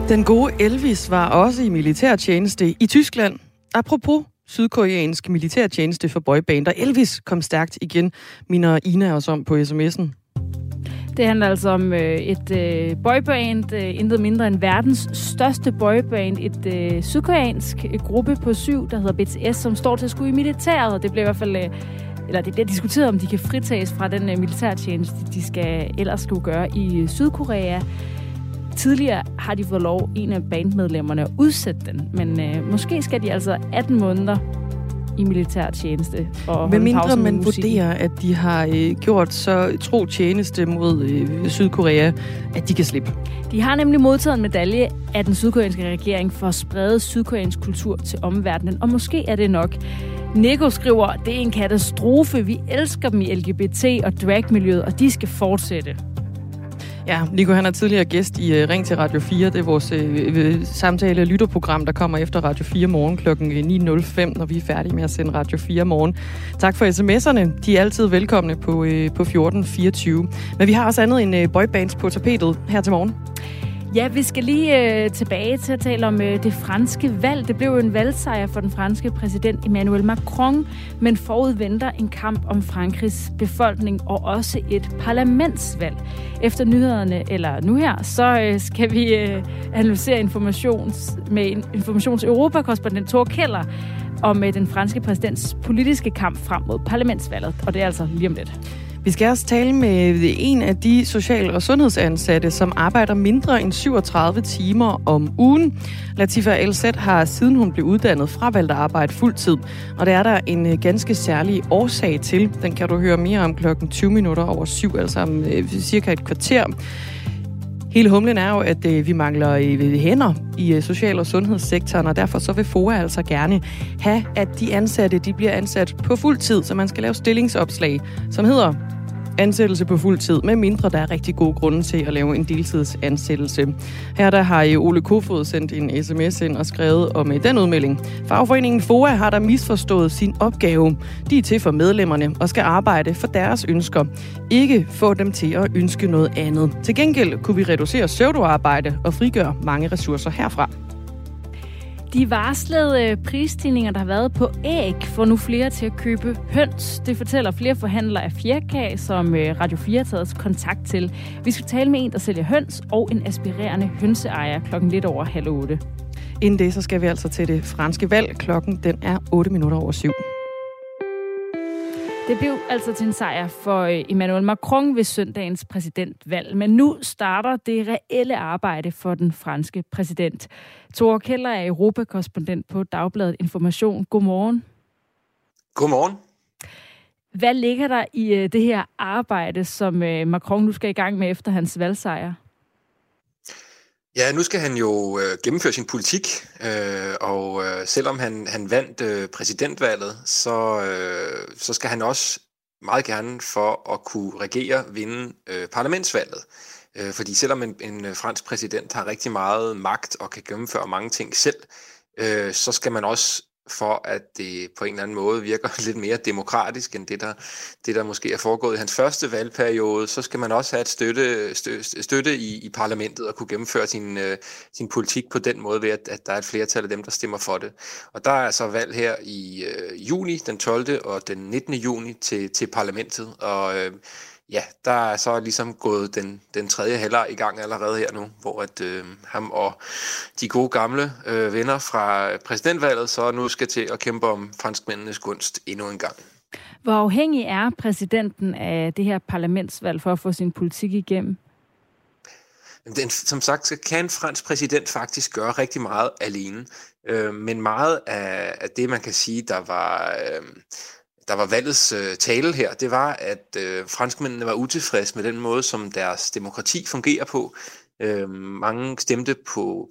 Den gode Elvis var også i militærtjeneste i Tyskland. Apropos sydkoreansk militærtjeneste for boybander. Elvis kom stærkt igen, minder Ina os om på sms'en. Det handler altså om et boyband, intet mindre end verdens største boyband, et sydkoreansk gruppe på 7, der hedder BTS, som står til at skulle i militæret. Det bliver i hvert fald, det bliver diskuteret, om de kan fritages fra den militærtjeneste, de ellers skulle gøre i Sydkorea. Tidligere har de fået lov, en af bandmedlemmerne, at udsætte den, men måske skal de altså 18 måneder i militærtjeneste. Med mindre man vurderer, at de har gjort så tro tjeneste mod Sydkorea, at de kan slippe. De har nemlig modtaget en medalje af den sydkoreanske regering for at sprede sydkoreansk kultur til omverdenen, og måske er det nok. Nico skriver, det er en katastrofe. Vi elsker dem i LGBT- og dragmiljøet, og de skal fortsætte. Ja, Nico, han er tidligere gæst i Ring til Radio 4. Det er vores samtale-lytterprogram, der kommer efter Radio 4 morgen kl. 9.05, når vi er færdige med at sende Radio 4 morgen. Tak for sms'erne. De er altid velkomne på 1424. Men vi har også andet end boybands på tapetet her til morgen. Ja, vi skal lige tilbage til at tale om det franske valg. Det blev jo en valgsejr for den franske præsident Emmanuel Macron, men forud venter en kamp om Frankrigs befolkning og også et parlamentsvalg. Efter nyhederne, eller nu her, så skal vi analysere med Informations Europakorrespondent Thor Keller om den franske præsidents politiske kamp frem mod parlamentsvalget, og det er altså lige om lidt. Vi skal også tale med en af de social- og sundhedsansatte, som arbejder mindre end 37 timer om ugen. Latifa El-Zed har, siden hun blev uddannet, fravalgt at arbejde fuldtid. Og det er der en ganske særlig årsag til. Den kan du høre mere om 7:07, altså om cirka et kvarter. Hele humlen er jo, at vi mangler hænder i social- og sundhedssektoren, og derfor så vil FOA altså gerne have, at de ansatte de bliver ansat på fuld tid, så man skal lave stillingsopslag, som hedder ansættelse på fuld tid, med mindre der er rigtig gode grunde til at lave en deltidsansættelse. Her der har Ole Kofod sendt en sms ind og skrevet om den udmelding. Fagforeningen FOA har der misforstået sin opgave. De er til for medlemmerne og skal arbejde for deres ønsker. Ikke få dem til at ønske noget andet. Til gengæld kunne vi reducere pseudoarbejde og frigøre mange ressourcer herfra. De varslede prisstigninger, der har været på æg, får nu flere til at købe høns. Det fortæller flere forhandlere af fjerkræ, som Radio 4 har taget kontakt til. Vi skal tale med en, der sælger høns, og en aspirerende hønseejer klokken lidt over 7:30. Inden det, så skal vi altså til det franske valg. Klokken den er 7:08. Det blev altså til en sejr for Emmanuel Macron ved søndagens præsidentvalg. Men nu starter det reelle arbejde for den franske præsident. Thor Keller er europakorrespondent på Dagbladet Information. Godmorgen. Godmorgen. Hvad ligger der i det her arbejde, som Macron nu skal i gang med efter hans valgsejr? Ja, nu skal han jo gennemføre sin politik, og selvom han vandt præsidentvalget, så skal han også meget gerne for at kunne regere vinde parlamentsvalget. Fordi selvom en fransk præsident har rigtig meget magt og kan gennemføre mange ting selv, så skal man også for at det på en eller anden måde virker lidt mere demokratisk end det der måske er foregået i hans første valgperiode, så skal man også have et støtte i parlamentet og kunne gennemføre sin politik på den måde ved, at der er et flertal af dem, der stemmer for det. Og der er altså valg her i juni, den 12. og den 19. juni til parlamentet, og ja, der er så ligesom gået den tredje halvleg i gang allerede her nu, hvor at ham og de gode gamle venner fra præsidentvalget så nu skal til at kæmpe om franskmændenes gunst endnu en gang. Hvor afhængig er præsidenten af det her parlamentsvalg for at få sin politik igennem? Som sagt, så kan en fransk præsident faktisk gøre rigtig meget alene. Men meget af det, man kan sige, der var valgets tale her, det var, at franskmændene var utilfredse med den måde, som deres demokrati fungerer på. Mange stemte på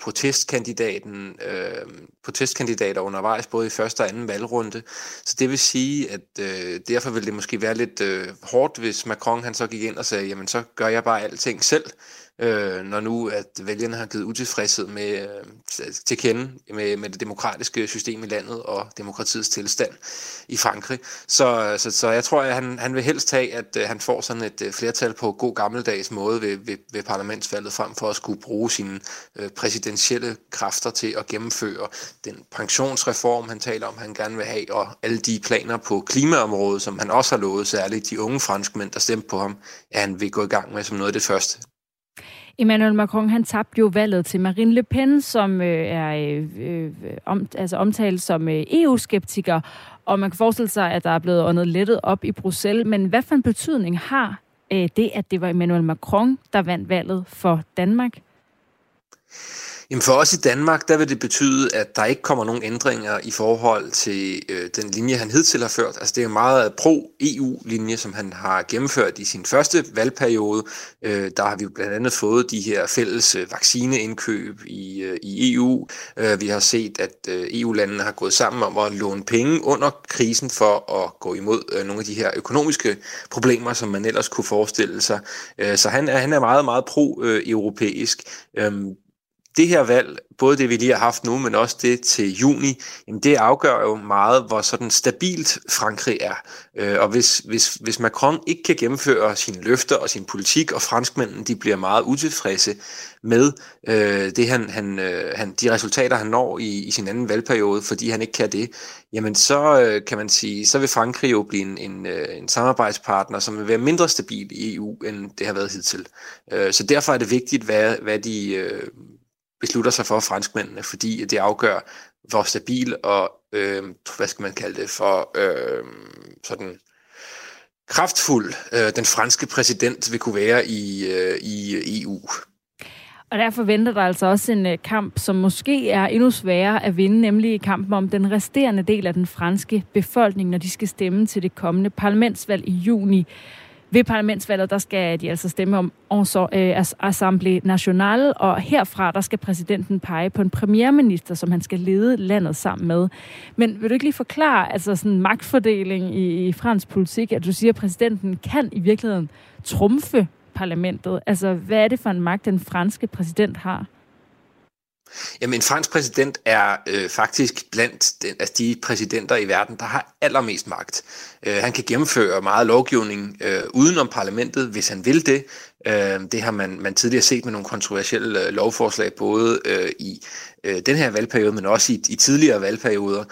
protestkandidater undervejs, både i første og anden valgrunde. Så det vil sige, at derfor ville det måske være lidt hårdt, hvis Macron han så gik ind og sagde, jamen så gør jeg bare alting selv. når nu at vælgerne har givet utilfredshed til kende med det demokratiske system i landet og demokratiets tilstand i Frankrig. Så jeg tror, at han vil helst have, at han får sådan et flertal på god gammeldags måde ved parlamentsvalget, frem for at skulle bruge sine præsidentielle kræfter til at gennemføre den pensionsreform, han taler om, han gerne vil have, og alle de planer på klimaområdet, som han også har lovet, særligt de unge franskmænd, der stemte på ham, at han vil gå i gang med som noget af det første. Emmanuel Macron, han tabte jo valget til Marine Le Pen, som er omtalt som EU-skeptiker, og man kan forestille sig, at der er blevet åndet lettet op i Bruxelles. Men hvad for en betydning har det, at det var Emmanuel Macron, der vandt valget for Danmark? Jamen for os i Danmark, der vil det betyde, at der ikke kommer nogen ændringer i forhold til den linje, han hidtil har ført. Altså det er en meget pro-EU-linje, som han har gennemført i sin første valgperiode. Der har vi jo blandt andet fået de her fælles vaccineindkøb i EU. Vi har set, at EU-landene har gået sammen om at låne penge under krisen for at gå imod nogle af de her økonomiske problemer, som man ellers kunne forestille sig. Så han er meget, meget pro-europæisk. Det her valg, både det vi lige har haft nu, men også det til juni, jamen det afgør jo meget, hvor sådan stabilt Frankrig er. Og hvis Macron ikke kan gennemføre sine løfter og sin politik, og franskmændene de bliver meget utilfredse med de resultater, han når i sin anden valgperiode, fordi han ikke kan det, jamen så kan man sige, så vil Frankrig jo blive en samarbejdspartner, som vil være mindre stabil i EU, end det har været hidtil. Så derfor er det vigtigt, hvad de beslutter sig for franskmændene, fordi det afgør, hvor stabil og, hvad skal man kalde det, for sådan kraftfuld den franske præsident vil kunne være i EU. Og derfor venter der altså også en kamp, som måske er endnu sværere at vinde, nemlig kampen om den resterende del af den franske befolkning, når de skal stemme til det kommende parlamentsvalg i juni. Ved parlamentsvalget, der skal de altså stemme om Assemblée Nationale, og herfra, der skal præsidenten pege på en premierminister, som han skal lede landet sammen med. Men vil du ikke lige forklare altså sådan magtfordeling i fransk politik, at du siger, at præsidenten kan i virkeligheden trumfe parlamentet? Altså, hvad er det for en magt, den franske præsident har? Jamen, en fransk præsident er faktisk blandt de præsidenter i verden, der har allermest magt. Han kan gennemføre meget lovgivning udenom parlamentet, hvis han vil det. Det har man tidligere set med nogle kontroversielle lovforslag, både i den her valgperiode, men også i tidligere valgperioder.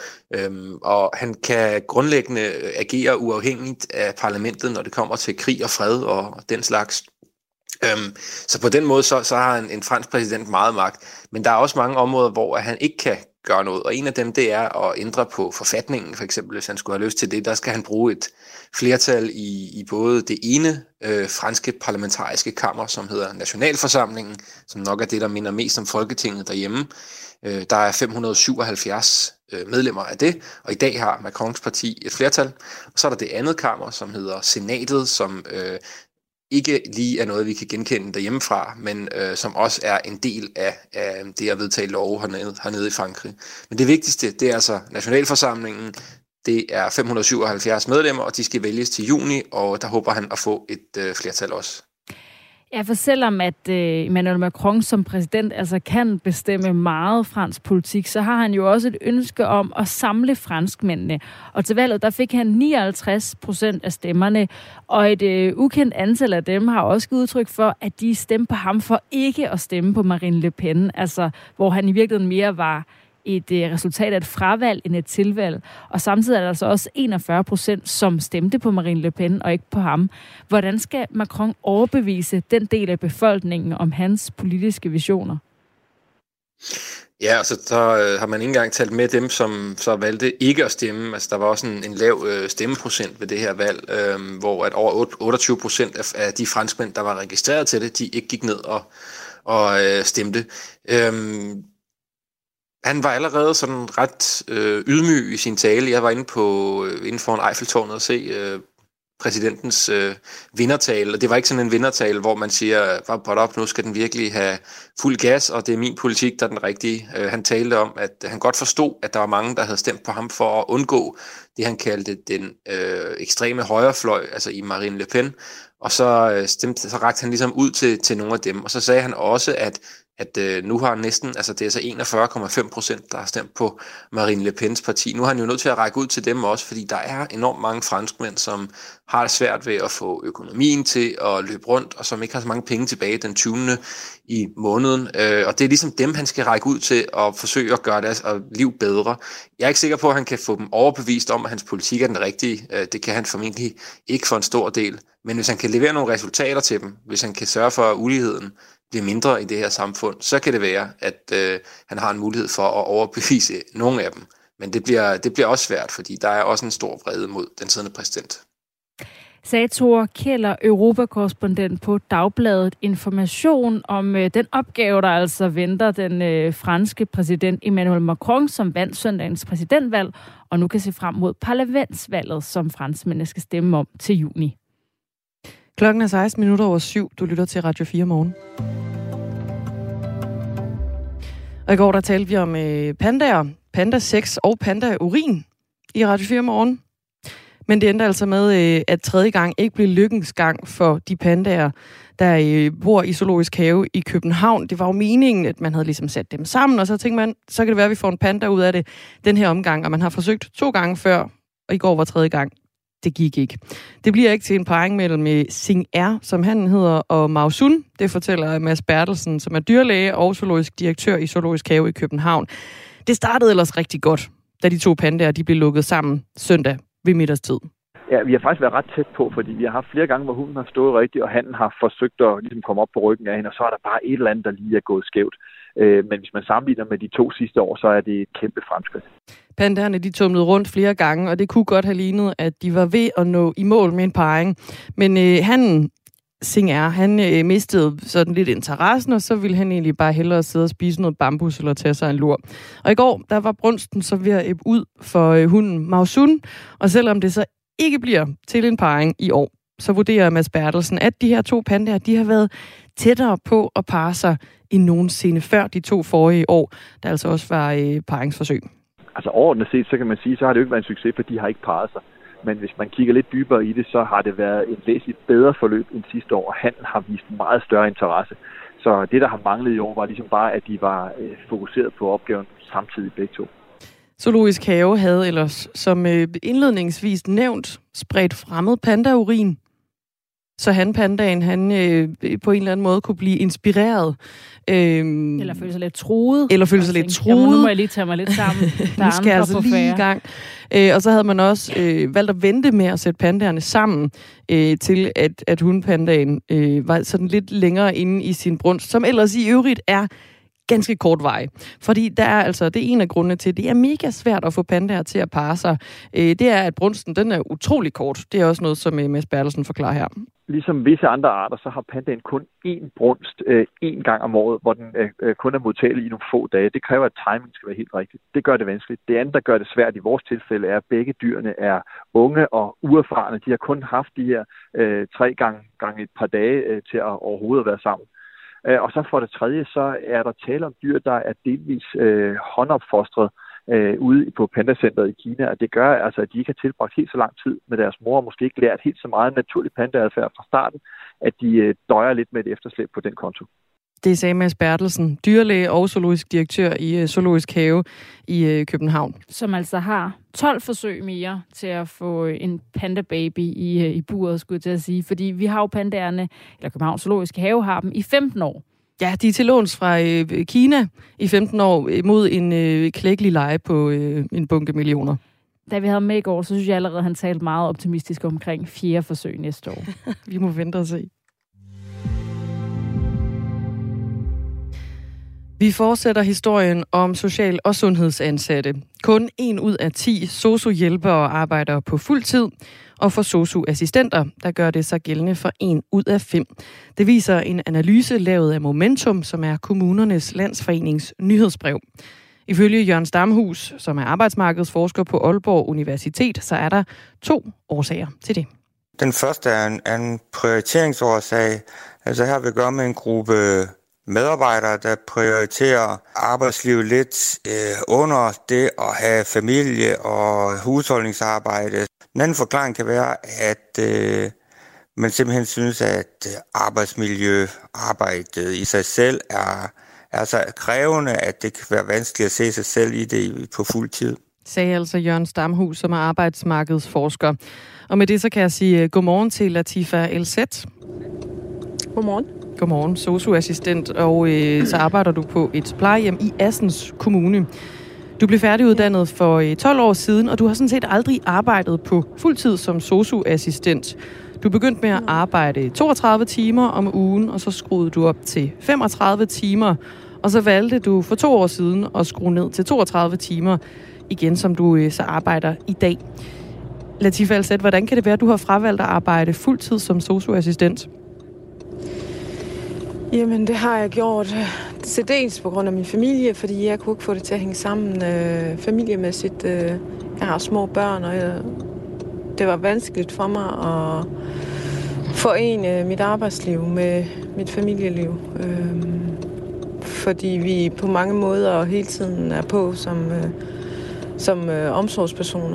Og han kan grundlæggende agere uafhængigt af parlamentet, når det kommer til krig og fred og den slags. Så på den måde så har en fransk præsident meget magt, men der er også mange områder, hvor han ikke kan gøre noget, og en af dem det er at ændre på forfatningen, for eksempel hvis han skulle have lyst til det, der skal han bruge et flertal i både det ene franske parlamentariske kammer, som hedder Nationalforsamlingen, som nok er det, der minder mest om Folketinget derhjemme. Der er 577 medlemmer af det, og i dag har Macrons parti et flertal. Og så er der det andet kammer, som hedder Senatet, som ikke lige er noget, vi kan genkende derhjemmefra, men som også er en del af det at vedtage love hernede i Frankrig. Men det vigtigste, det er altså Nationalforsamlingen. Det er 577 medlemmer, og de skal vælges til juni, og der håber han at få et flertal også. Ja, for selvom at Emmanuel Macron som præsident altså kan bestemme meget fransk politik, så har han jo også et ønske om at samle franskmændene. Og til valget, der fik han 59% af stemmerne, og et ukendt antal af dem har også givet udtryk for, at de stemte på ham for ikke at stemme på Marine Le Pen, altså hvor han i virkeligheden mere var et resultat af et fravalg end et tilvalg. Og samtidig er der altså også 41%, som stemte på Marine Le Pen og ikke på ham. Hvordan skal Macron overbevise den del af befolkningen om hans politiske visioner? Ja, altså så har man ikke engang talt med dem, som så valgte ikke at stemme. Altså der var også en lav stemmeprocent ved det her valg, hvor at over 28% af de franskmænd, der var registreret til det, de ikke gik ned og stemte. Han var allerede sådan ret ydmyg i sin tale. Jeg var inde foran Eiffeltårnet og se præsidentens vindertale, og det var ikke sådan en vindertale, hvor man siger, op, nu skal den virkelig have fuld gas, og det er min politik, der er den rigtige. Han talte om, at han godt forstod, at der var mange, der havde stemt på ham for at undgå det, han kaldte den ekstreme højrefløj, altså i Marine Le Pen, Og så rakte han ligesom ud til nogle af dem. Og så sagde han også, at nu har næsten, altså det er så 41,5%, der har stemt på Marine Le Pens parti. Nu har han jo nødt til at række ud til dem også, fordi der er enormt mange franskmænd, som har det svært ved at få økonomien til at løbe rundt, og som ikke har så mange penge tilbage den 20. i måneden. Og det er ligesom dem, han skal række ud til og forsøge at gøre deres liv bedre. Jeg er ikke sikker på, at han kan få dem overbevist om, at hans politik er den rigtige. Det kan han formentlig ikke for en stor del. Men hvis han kan levere nogle resultater til dem, hvis han kan sørge for, at uligheden bliver mindre i det her samfund, så kan det være, at han har en mulighed for at overbevise nogle af dem. Men det bliver også svært, fordi der er også en stor vrede mod den siddende præsident. Sagde Thor Keller, europakorrespondent på Dagbladet Information, om den opgave, der altså venter den franske præsident Emmanuel Macron, som vandt søndagens præsidentvalg, og nu kan se frem mod parlamentsvalget, som franskmændene skal stemme om til juni. Klokken er 7:16. Du lytter til Radio 4 Morgen. Og i går der talte vi om pandaer, panda-sex og panda-urin i Radio 4 Morgen. Men det endte altså med, at tredje gang ikke blev lykkens gang for de pandaer, der bor i Zoologisk Have i København. Det var jo meningen, at man havde ligesom sat dem sammen, og så tænkte man, så kan det være, at vi får en panda ud af det den her omgang. Og man har forsøgt 2 gange før, og i går var tredje gang. Det gik ikke. Det bliver ikke til en parring mellem Sing R, som han hedder, og Mao Sun. Det fortæller Mads Bertelsen, som er dyrlæge og zoologisk direktør i Zoologisk Have i København. Det startede ellers rigtig godt, da de 2 pandaer de blev lukket sammen søndag ved middagstid. Ja, vi har faktisk været ret tæt på, fordi vi har haft flere gange, hvor hunden har stået rigtigt, og hannen har forsøgt at ligesom komme op på ryggen af hende, og så er der bare et eller andet, der lige er gået skævt. Men hvis man sammenligner med de 2 sidste år, så er det et kæmpe fremskridt. Pandaerne de tumlede rundt flere gange, og det kunne godt have lignet, at de var ved at nå i mål med en parring. Men hannen, Sing R, han mistede sådan lidt interessen, og så ville han egentlig bare hellere sidde og spise noget bambus eller tage sig en lur. Og i går, der var brunsten så ved at ebbe ud for hunden Mao Sun, og selvom det så ikke bliver til en parring i år, så vurderer Mads Bertelsen, at de her 2 pandaer, de har været tættere på at parre sig end nogensinde før de 2 forrige år, der altså også var parringsforsøg. Altså overordnet set, så kan man sige, så har det jo ikke været en succes, for de har ikke parret sig. Men hvis man kigger lidt dybere i det, så har det været et væsentligt bedre forløb end sidste år, og hannen har vist meget større interesse. Så det, der har manglet i år, var ligesom bare, at de var fokuseret på opgaven samtidig begge 2. Zoologisk Have havde ellers, som indledningsvis nævnt, spredt fremmed pandaurin, så pandaen, han på en eller anden måde kunne blive inspireret. Eller føle sig lidt truet. Eller føle sig lidt truet. Nu må jeg lige tage mig lidt sammen. Der nu skal jeg altså lige i gang. Og så havde man også valgt at vente med at sætte pandaerne sammen, til at hundepandaen var sådan lidt længere inde i sin brunst, som ellers i øvrigt er ganske kort vej. Fordi det er en af grundene til, at det er mega svært at få pandaer til at parre sig. Det er, at brunsten den er utrolig kort. Det er også noget, som Mads Bertelsen forklarer her. Ligesom visse andre arter, så har pandaen kun én brunst én gang om året, hvor den kun er modtagelig i nogle få dage. Det kræver, at timing skal være helt rigtigt. Det gør det vanskeligt. Det andet, der gør det svært i vores tilfælde, er, at begge dyrene er unge og uerfarne. De har kun haft de her 3 gange et par dage til at overhovedet være sammen. Og så for det tredje, så er der tale om dyr, der er delvis håndopfostret ude på pandacenteret i Kina, og det gør altså, at de ikke har tilbragt helt så lang tid med deres mor, og måske ikke lært helt så meget naturlig pandaadfærd fra starten, at de døjer lidt med et efterslæb på den konto. Det sagde Mads Bertelsen, dyrlæge og zoologisk direktør i Zoologisk Have i København. Som altså har 12 forsøg mere til at få en panda-baby i buret, skulle jeg til at sige. Fordi vi har jo pandaerne, eller København Zoologiske Have har dem i 15 år. Ja, de er til låns fra Kina i 15 år mod en klækkelig leje på en bunke millioner. Da vi havde med i går, så synes jeg allerede, at han talte meget optimistisk omkring 4 forsøg næste år. Vi må vente og se. Vi fortsætter historien om social- og sundhedsansatte. Kun 1 ud af 10 sosu-hjælpere arbejder på fuld tid, og for sosu-assistenter, der gør det så gældende for 1 ud af 5. Det viser en analyse lavet af Momentum, som er kommunernes landsforenings nyhedsbrev. Ifølge Jørgen Stamhus, som er arbejdsmarkedsforsker på Aalborg Universitet, så er der 2 årsager til det. Den første er en prioriteringsårsag. Altså her vil gøre med en gruppe medarbejdere, der prioriterer arbejdslivet lidt under det at have familie og husholdningsarbejde. En anden forklaring kan være, at men simpelthen synes, at arbejdsmiljøarbejdet i sig selv er så krævende, at det kan være vanskeligt at se sig selv i det på fuld tid. Sagde altså Jørgen Stamhus, som er arbejdsmarkedsforsker. Og med det så kan jeg sige godmorgen til Latifa El-Zed. Godmorgen. Godmorgen, sosu-assistent, og så arbejder du på et plejehjem i Assens Kommune. Du blev færdiguddannet for 12 år siden, og du har sådan set aldrig arbejdet på fuldtid som sosu-assistent. Du begyndte med at arbejde 32 timer om ugen, og så skruede du op til 35 timer. Og så valgte du for 2 år siden at skrue ned til 32 timer igen, som du så arbejder i dag. Latifa El-Zed, hvordan kan det være, at du har fravalgt at arbejde fuldtid som sosu-assistent? Jamen, det har jeg gjort til dels på grund af min familie, fordi jeg kunne ikke få det til at hænge sammen familiemæssigt. Jeg har små børn, og det var vanskeligt for mig at forene mit arbejdsliv med mit familieliv. Fordi vi på mange måder hele tiden er på som omsorgspersoner.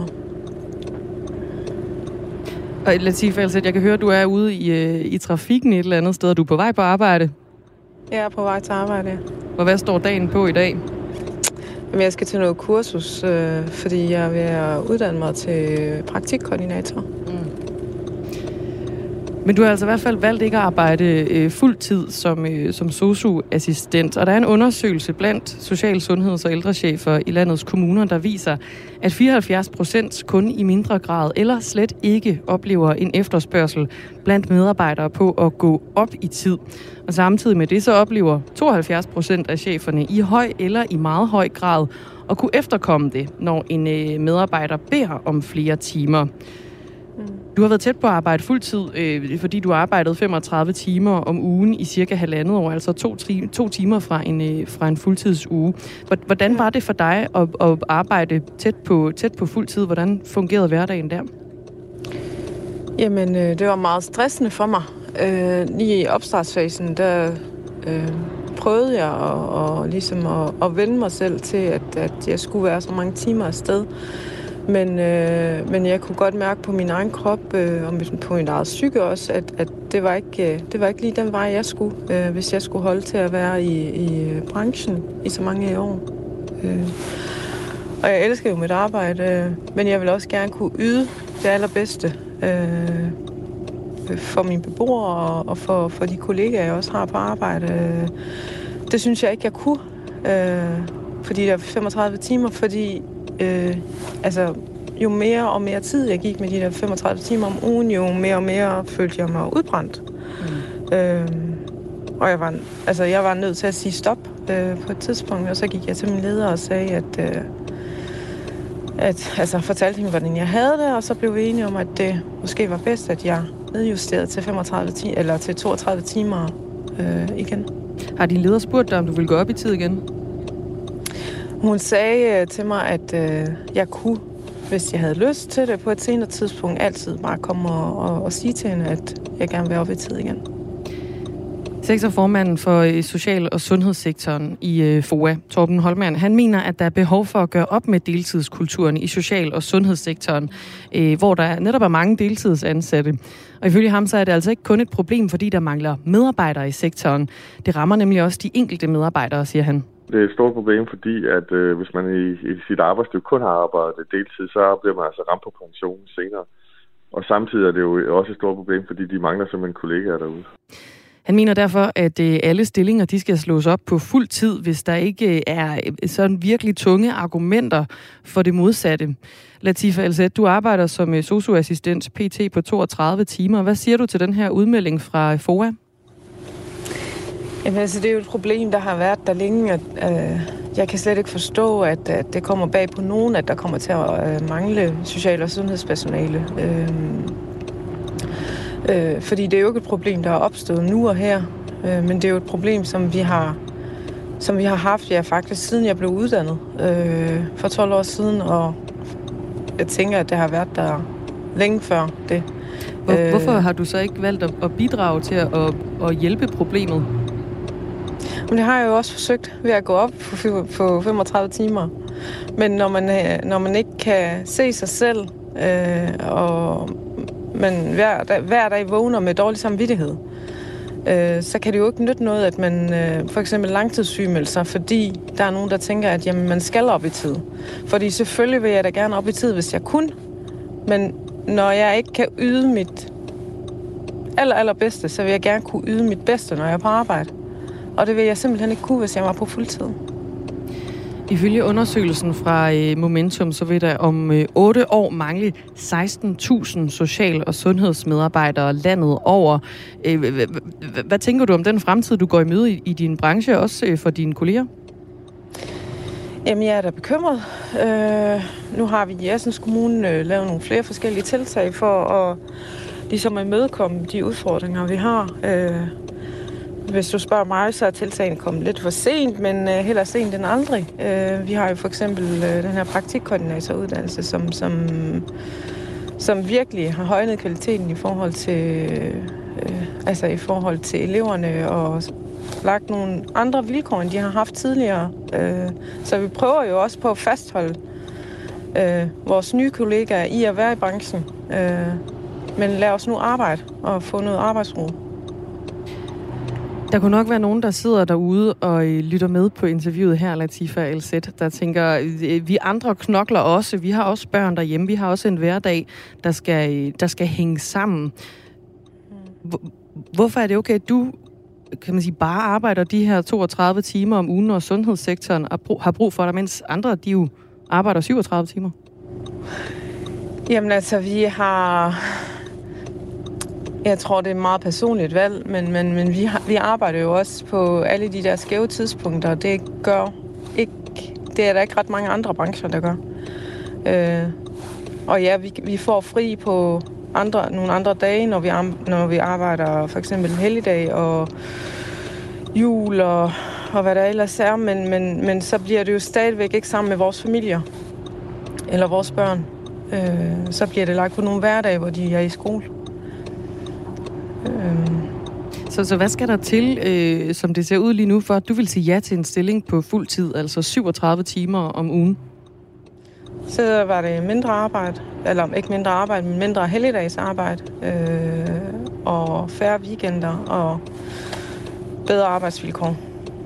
Og Latifa El-Zed, jeg kan høre, at du er ude i trafikken et eller andet sted, og du er på vej på arbejde. Jeg er på vej til arbejde, ja. Og hvad står dagen på i dag? Jamen, jeg skal til noget kursus, fordi jeg er ved at uddanne mig til praktikkoordinator. Men du har altså i hvert fald valgt ikke at arbejde fuldtid som sosu-assistent. Og der er en undersøgelse blandt social-, sundheds- og ældrechefer i landets kommuner, der viser, at 74% kun i mindre grad eller slet ikke oplever en efterspørgsel blandt medarbejdere på at gå op i tid. Og samtidig med det så oplever 72% af cheferne i høj eller i meget høj grad at kunne efterkomme det, når en medarbejder beder om flere timer. Du har været tæt på at arbejde fuldtid, fordi du arbejdede 35 timer om ugen i cirka 1,5 år, altså 2 timer fra en fuldtidsuge. Hvordan var det for dig at arbejde tæt på fuldtid? Hvordan fungerede hverdagen der? Jamen, det var meget stressende for mig. Lige i opstartsfasen, der prøvede jeg ligesom at vende mig selv til, at jeg skulle være så mange timer afsted. Men jeg kunne godt mærke på min egen krop og på min eget psyke også, at det var ikke lige den vej, jeg skulle, hvis jeg skulle holde til at være i branchen i så mange år. Og jeg elsker jo mit arbejde, men jeg vil også gerne kunne yde det allerbedste for mine beboere og for de kollegaer, jeg også har på arbejde. Det synes jeg ikke, jeg kunne, fordi der er 35 timer, fordi jo mere og mere tid jeg gik med de der 35 timer om ugen, jo mere og mere følte jeg mig udbrændt. Og jeg var nødt til at sige stop på et tidspunkt, og så gik jeg til min leder og sagde, fortalte hende, hvordan jeg havde det, og så blev vi enige om, at det måske var bedst, at jeg nedjusterede til 32 timer igen. Har din leder spurgt dig, om du ville gå op i tid igen? Hun sagde til mig, at jeg kunne, hvis jeg havde lyst til det på et senere tidspunkt, altid bare komme og sige til hende, at jeg gerne vil op i tid igen. Sektorformanden for social- og sundhedssektoren i FOA, Torben Holmann, han mener, at der er behov for at gøre op med deltidskulturen i social- og sundhedssektoren, hvor der netop er mange deltidsansatte. Og ifølge ham, så er det altså ikke kun et problem, fordi der mangler medarbejdere i sektoren. Det rammer nemlig også de enkelte medarbejdere, siger han. Det er et stort problem, fordi at hvis man i sit arbejdsliv kun har arbejdet deltid, så bliver man altså ramt på pensionen senere. Og samtidig er det jo også et stort problem, fordi de mangler simpelthen kollegaer derude. Han mener derfor, at alle stillinger de skal slås op på fuld tid, hvis der ikke er sådan virkelig tunge argumenter for det modsatte. Latifa El-Zed, du arbejder som sosu-assistent PT på 32 timer. Hvad siger du til den her udmelding fra FOA? Jamen, det er jo et problem, der har været der længe. Jeg kan slet ikke forstå, at det kommer bag på nogen, at der kommer til at mangle social- og sundhedspersonale. Fordi det er jo ikke et problem, der er opstået nu og her, men det er jo et problem, som vi har haft, faktisk siden jeg blev uddannet for 12 år siden, og jeg tænker, at det har været der længe før det. Hvorfor har du så ikke valgt at bidrage til at hjælpe problemet? Men det har jeg jo også forsøgt ved at gå op på 35 timer. Men når man ikke kan se sig selv og men hver dag vågner med dårlig samvittighed, så kan det jo ikke nytte noget, at man for eksempel langtidssygemelder sig, fordi der er nogen, der tænker, at jamen, man skal op i tid. Fordi selvfølgelig vil jeg da gerne op i tid, hvis jeg kun. Men når jeg ikke kan yde mit allerbedste, så vil jeg gerne kunne yde mit bedste, når jeg er på arbejde. Og det vil jeg simpelthen ikke kunne, hvis jeg var på fuldtid. Ifølge undersøgelsen fra Momentum, så vil der om 8 år mangle 16.000 social- og sundhedsmedarbejdere landet over. Hvad tænker du om den fremtid, du går i møde i din branche, også for dine kolleger? Jamen, jeg er da bekymret. Nu har vi i Assens Kommune lavet nogle flere forskellige tiltag for at ligesom at imødekomme de udfordringer, vi har. Hvis du spørger mig, så er tiltagene kommet lidt for sent, men heller sent end aldrig. Vi har jo for eksempel den her praktikkoordinatoruddannelse, som virkelig har højnet kvaliteten i forhold til eleverne og lagt nogle andre vilkår, end de har haft tidligere. Så vi prøver jo også på at fastholde vores nye kollegaer i at være i branchen. Men lad os nu arbejde og få noget arbejdsro. Der kunne nok være nogen, der sidder derude og lytter med på interviewet her, Latifa El-Zed, der tænker, vi andre knokler også. Vi har også børn derhjemme. Vi har også en hverdag, der skal hænge sammen. Hvorfor er det okay, at du kan man sige, bare arbejder de her 32 timer om ugen, og sundhedssektoren har brug for dig, mens andre, de jo arbejder 37 timer? Jamen altså, jeg tror, det er et meget personligt valg, men vi arbejder jo også på alle de der skæve tidspunkter, og det er der ikke ret mange andre brancher, der gør. Og ja, vi får fri på nogle andre dage, når vi arbejder for eksempel helligdag og jul og hvad der ellers er, men så bliver det jo stadigvæk ikke sammen med vores familier eller vores børn. Så bliver det lagt på nogle hverdage, hvor de er i skole. Så hvad skal der til, som det ser ud lige nu, for at du vil sige ja til en stilling på fuld tid, altså 37 timer om ugen? Så var det mindre arbejde, eller ikke mindre arbejde, men mindre helligdagsarbejde, og færre weekender og bedre arbejdsvilkår.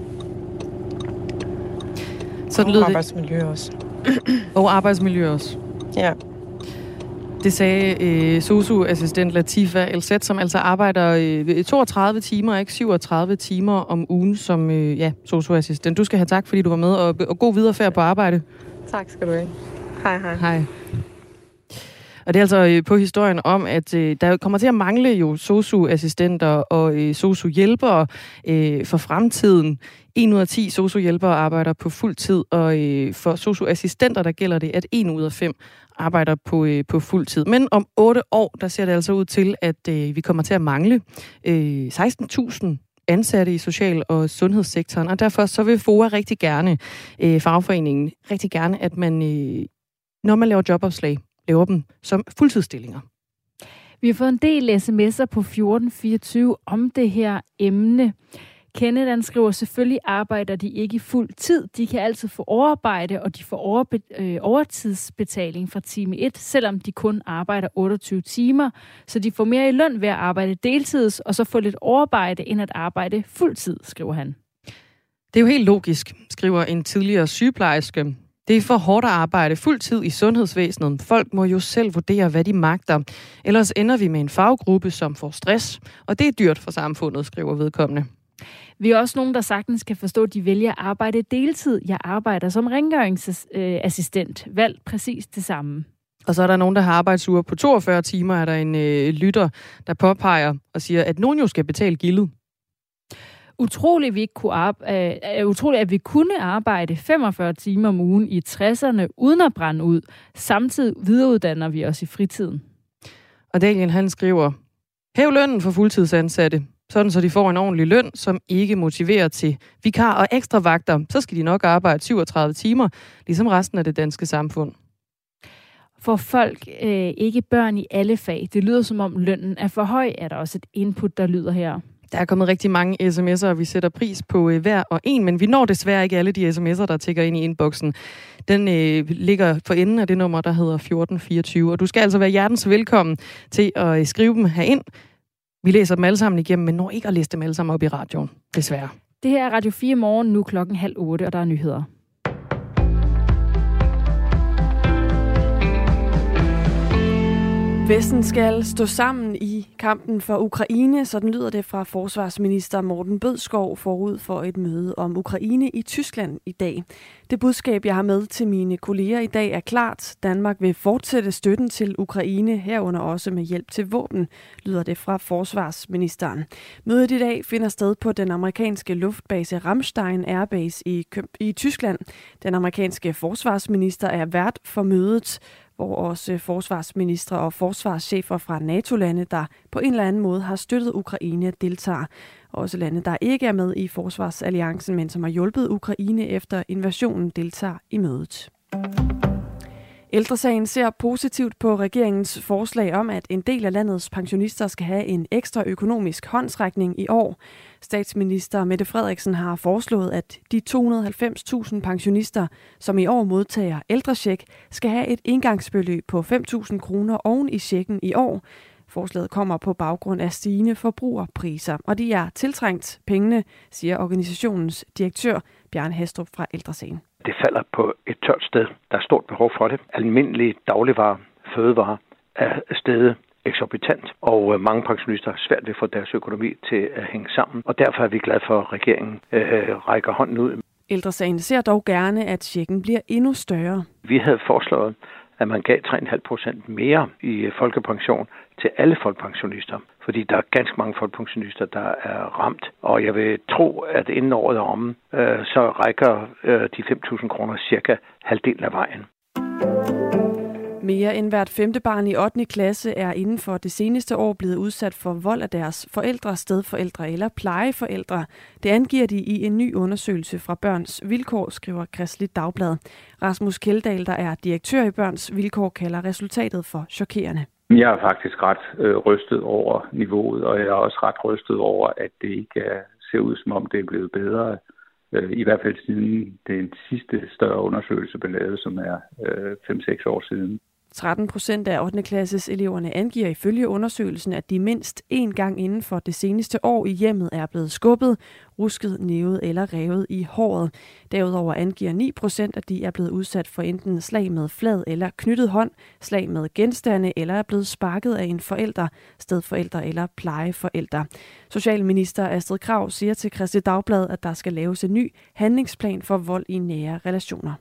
Sådan lyder det. Arbejdsmiljø også. Og arbejdsmiljø også. Ja. Det sagde sosu-assistent Latifa El-Zed, som altså arbejder 32 timer, ikke 37 timer om ugen som sosu-assistent. Du skal have tak, fordi du var med, og god viderefærd på arbejde. Tak skal du have. Hej. Hej. Og det er altså på historien om, at der kommer til at mangle jo sosu-assistenter og sosu-hjælpere for fremtiden. 1 ud af 10 sosu-hjælpere arbejder på fuld tid, og for sosu-assistenter, der gælder det, at 1 ud af 5 arbejder på fuld tid. Men om 8 år, der ser det altså ud til, at vi kommer til at mangle 16.000 ansatte i social- og sundhedssektoren, og derfor så vil FOA rigtig gerne, fagforeningen, rigtig gerne, at man, når man laver jobopslag, laver dem som fuldtidsstillinger. Vi har fået en del sms'er på 1424 om det her emne. Kenneth skriver, selvfølgelig arbejder de ikke i fuld tid. De kan altid få overarbejde, og de får overtidsbetaling fra time 1, selvom de kun arbejder 28 timer. Så de får mere i løn ved at arbejde deltids, og så få lidt overarbejde, end at arbejde fuld tid, skriver han. Det er jo helt logisk, skriver en tidligere sygeplejerske. Det er for hårdt at arbejde fuld tid i sundhedsvæsenet. Folk må jo selv vurdere, hvad de magter. Ellers ender vi med en faggruppe, som får stress, og det er dyrt for samfundet, skriver vedkommende. Vi er også nogen, der sagtens kan forstå, at de vælger at arbejde deltid. Jeg arbejder som rengøringsassistent. Valg præcis det samme. Og så er der nogen, der har arbejdsuger på 42 timer, er der en lytter, der påpeger og siger, at nogen jo skal betale gildet. Utroligt, at vi kunne arbejde 45 timer om ugen i 60'erne, uden at brænde ud. Samtidig videreuddanner vi os i fritiden. Og Daniel, han skriver, hæv lønnen for fuldtidsansatte, sådan så de får en ordentlig løn, som ikke motiverer til vikar og ekstra vagter. Så skal de nok arbejde 37 timer, ligesom resten af det danske samfund. For folk, ikke børn i alle fag. Det lyder som om lønnen er for høj, er der også et input, der lyder her. Der er kommet rigtig mange sms'er, og vi sætter pris på hver og en, men vi når desværre ikke alle de sms'er, der tikker ind i inboxen. Den ligger for enden af det nummer, der hedder 1424, og du skal altså være hjertens velkommen til at skrive dem herind. Vi læser dem alle sammen igennem, men når ikke at læse dem alle sammen op i radioen, desværre. Det her er Radio 4 morgen, nu 7:30, og der er nyheder. Vesten skal stå sammen i kampen for Ukraine, sådan lyder det fra forsvarsminister Morten Bødskov forud for et møde om Ukraine i Tyskland i dag. Det budskab, jeg har med til mine kolleger i dag, er klart. Danmark vil fortsætte støtten til Ukraine, herunder også med hjælp til våben, lyder det fra forsvarsministeren. Mødet i dag finder sted på den amerikanske luftbase Ramstein Airbase i Tyskland. Den amerikanske forsvarsminister er vært for mødet, hvor også forsvarsministre og forsvarschefer fra NATO-lande, der på en eller anden måde har støttet Ukraine, deltager. Også lande, der ikke er med i forsvarsalliancen, men som har hjulpet Ukraine efter invasionen, deltager i mødet. Ældre Sagen ser positivt på regeringens forslag om, at en del af landets pensionister skal have en ekstra økonomisk håndsrækning i år. Statsminister Mette Frederiksen har foreslået, at de 290.000 pensionister, som i år modtager ældrecheck, skal have et engangsbeløb på 5.000 kroner oven i checken i år. Forslaget kommer på baggrund af stigende forbrugerpriser, og de er tiltrængt pengene, siger organisationens direktør Bjarne Hastrup fra Ældre Sagen. Det falder på et tørt sted. Der er stort behov for det. Almindelige dagligvarer, fødevarer er steget eksorbitant, og mange pensionister har svært ved at få deres økonomi til at hænge sammen. Og derfor er vi glade for, at regeringen rækker hånden ud. Ældre Sagen ser dog gerne, at checken bliver endnu større. Vi havde foreslået, at man gav 3,5% mere i folkepension til alle folkepensionister. Fordi der er ganske mange folkepensionister, der er ramt. Og jeg vil tro, at inden året er omme, så rækker de 5.000 kroner cirka halvdelen af vejen. Mere end hvert 5. barn i 8. klasse er inden for det seneste år blevet udsat for vold af deres forældre, stedforældre eller plejeforældre. Det angiver de i en ny undersøgelse fra Børns Vilkår, skriver Kristeligt Dagblad. Rasmus Kjeldahl, der er direktør i Børns Vilkår, kalder resultatet for chokerende. Jeg er faktisk ret rystet over niveauet, og jeg er også ret rystet over, at det ikke ser ud, som om det er blevet bedre. I hvert fald siden den sidste større undersøgelse blev lavet, som er 5-6 år siden. 13% af 8. klasses eleverne angiver ifølge undersøgelsen, at de mindst én gang inden for det seneste år i hjemmet er blevet skubbet, rusket, nævet eller revet i håret. Derudover angiver 9%, at de er blevet udsat for enten slag med flad eller knyttet hånd, slag med genstande eller er blevet sparket af en forælder, stedforælder eller plejeforælder. Socialminister Astrid Krag siger til Kristeligt Dagblad, at der skal laves en ny handlingsplan for vold i nære relationer.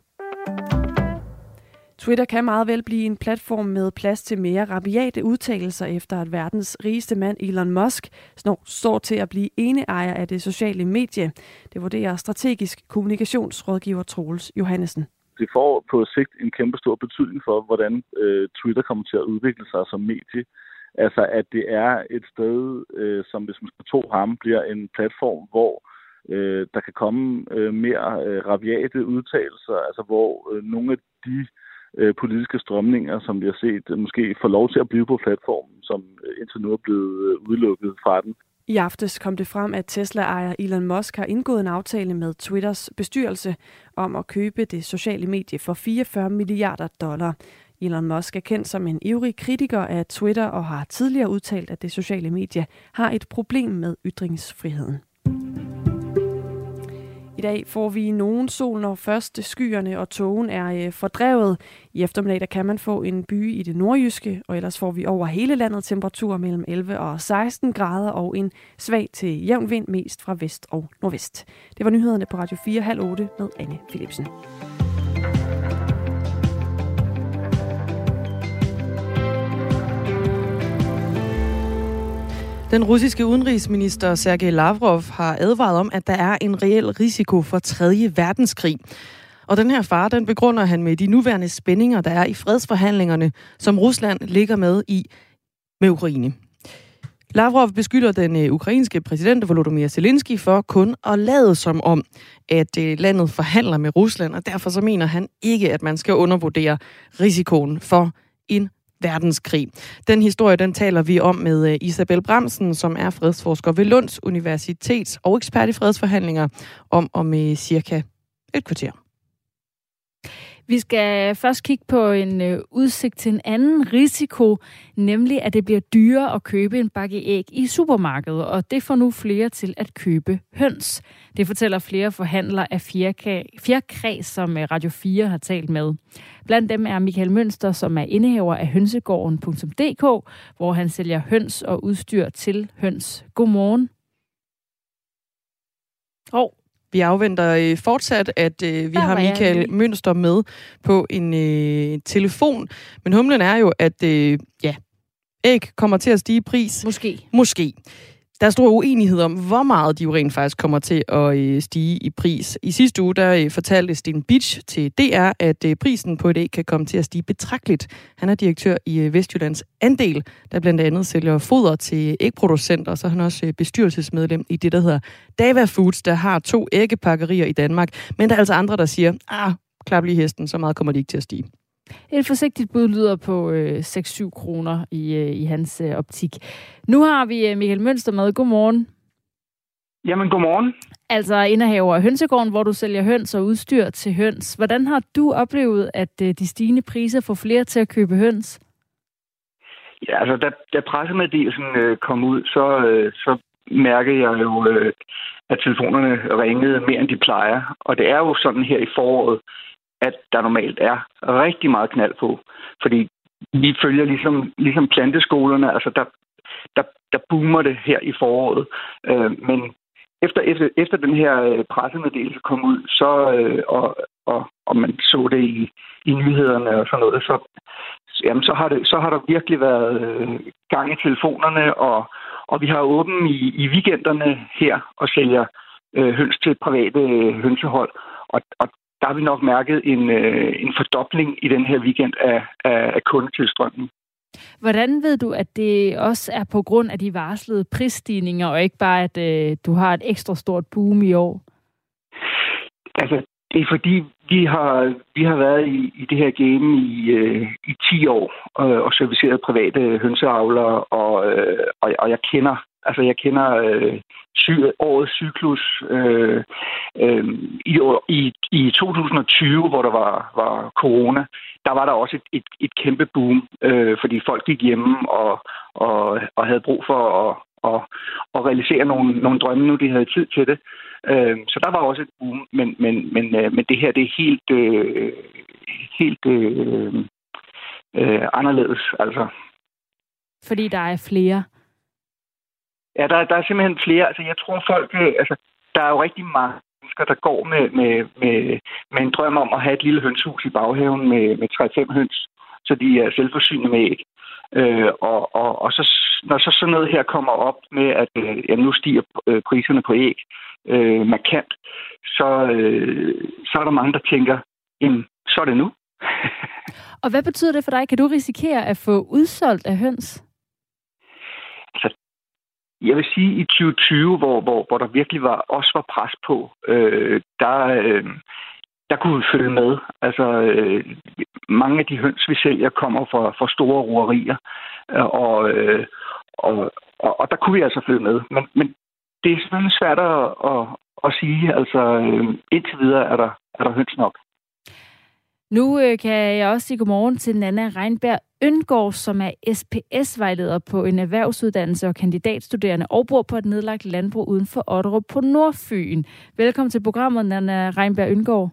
Twitter kan meget vel blive en platform med plads til mere rabiate udtalelser efter at verdens rigeste mand Elon Musk står til at blive eneejer af det sociale medie. Det vurderer strategisk kommunikationsrådgiver Troels Johannesen. Det får på sigt en kæmpe stor betydning for, hvordan Twitter kommer til at udvikle sig som medie. Altså at det er et sted, som hvis man skal tro ham, bliver en platform, hvor der kan komme mere rabiate udtalelser, altså hvor nogle af de politiske strømninger, som vi har set, måske får lov til at blive på platformen, som indtil nu er blevet udelukket fra den. I aftes kom det frem, at Tesla-ejer Elon Musk har indgået en aftale med Twitters bestyrelse om at købe det sociale medie for $44 milliarder. Elon Musk er kendt som en ivrig kritiker af Twitter og har tidligere udtalt, at det sociale medie har et problem med ytringsfriheden. I dag får vi nogen sol, når først skyerne og tågen er fordrevet. I eftermiddag der kan man få en by i det nordjyske, og ellers får vi over hele landet temperaturer mellem 11 og 16 grader og en svag til jævn vind mest fra vest og nordvest. Det var nyhederne på Radio 4 7:30 med Anne Philipsen. Den russiske udenrigsminister Sergej Lavrov har advaret om, at der er en reel risiko for 3. verdenskrig. Og den her fare, den begrunder han med de nuværende spændinger, der er i fredsforhandlingerne, som Rusland ligger med Ukraine. Lavrov beskylder den ukrainske præsident Volodymyr Zelensky for kun at lade som om, at landet forhandler med Rusland, og derfor så mener han ikke, at man skal undervurdere risikoen for en verdenskrig. Den historie, den taler vi om med Isabel Bramsen, som er fredsforsker ved Lunds Universitet og ekspert i fredsforhandlinger om cirka et kvarter. Vi skal først kigge på en udsigt til en anden risiko, nemlig at det bliver dyrere at købe en bakke æg i supermarkedet, og det får nu flere til at købe høns. Det fortæller flere forhandlere af fjerkræ, som Radio 4 har talt med. Blandt dem er Michael Mønster, som er indehaver af hønsegården.dk, hvor han sælger høns og udstyr til høns. Godmorgen. Vi afventer fortsat, at vi har Michael Mønster med på en telefon. Men humlen er jo, at æg kommer til at stige i pris. Måske. Der er stor uenighed om, hvor meget de jo rent faktisk kommer til at stige i pris. I sidste uge, der fortalte Sten Bitsch til DR, at prisen på et æg kan komme til at stige betragteligt. Han er direktør i Vestjyllands Andel, der blandt andet sælger foder til ægproducenter, så er han også bestyrelsesmedlem i det, der hedder Dava Foods, der har 2 æggepakkerier i Danmark. Men der er altså andre, der siger, klap lige hesten, så meget kommer de ikke til at stige. Et forsigtigt bud lyder på 6-7 kroner i hans optik. Nu har vi Michael Mønster med. Godmorgen. Jamen, godmorgen. Altså indehaver af Hønsegården, hvor du sælger høns og udstyr til høns. Hvordan har du oplevet, at de stigende priser får flere til at købe høns? Ja, altså da pressemeddelelsen kom ud, så mærkede jeg jo, at telefonerne ringede mere, end de plejer. Og det er jo sådan her i foråret, at der normalt er rigtig meget knald på. Fordi vi følger ligesom planteskolerne, altså der boomer det her i foråret. Men efter den her pressemeddelelse kom ud, og man så det i nyhederne og sådan noget, så har der virkelig været gang i telefonerne, og vi har åbent i weekenderne her og sælger høns til private hønsehold. Og der har vi nok mærket en fordobling i den her weekend af kundetilstrømning. Hvordan ved du, at det også er på grund af de varslede prisstigninger, og ikke bare, at du har et ekstra stort boom i år? Altså, det er fordi, vi har været i det her game i 10 år og serviceret private hønseavlere, og jeg kender årets cyklus. I 2020, hvor der var corona, der var der også et kæmpe boom, fordi folk gik hjemme og havde brug for at realisere nogle drømme, nu de havde tid til det. Så der var også et boom, men det her, det er helt anderledes, altså. Fordi der er flere? Ja, der er simpelthen flere. Altså, jeg tror folk... der er jo rigtig mange mennesker, der går med en drøm om at have et lille hønsehus i baghaven med 3-5 høns, så de er selvforsynende med æg. Og så, når så sådan noget her kommer op med, at nu stiger priserne på æg markant, så er der mange, der tænker, så er det nu. Og hvad betyder det for dig? Kan du risikere at få udsolgt af høns? Altså, jeg vil sige, i 2020, hvor der virkelig var pres på, der kunne vi følge med. Altså, mange af de høns, vi sælger, kommer fra store roerier, og der kunne vi altså følge med. Men det er selvfølgelig svært at sige. Altså, indtil videre er der høns nok. Nu kan jeg også sige godmorgen til Nanna Reinberg Øngård, som er SPS-vejleder på en erhvervsuddannelse og kandidatstuderende og bor på et nedlagt landbrug uden for Otterup på Nordfyn. Velkommen til programmet, Nanna Reinberg Øngård.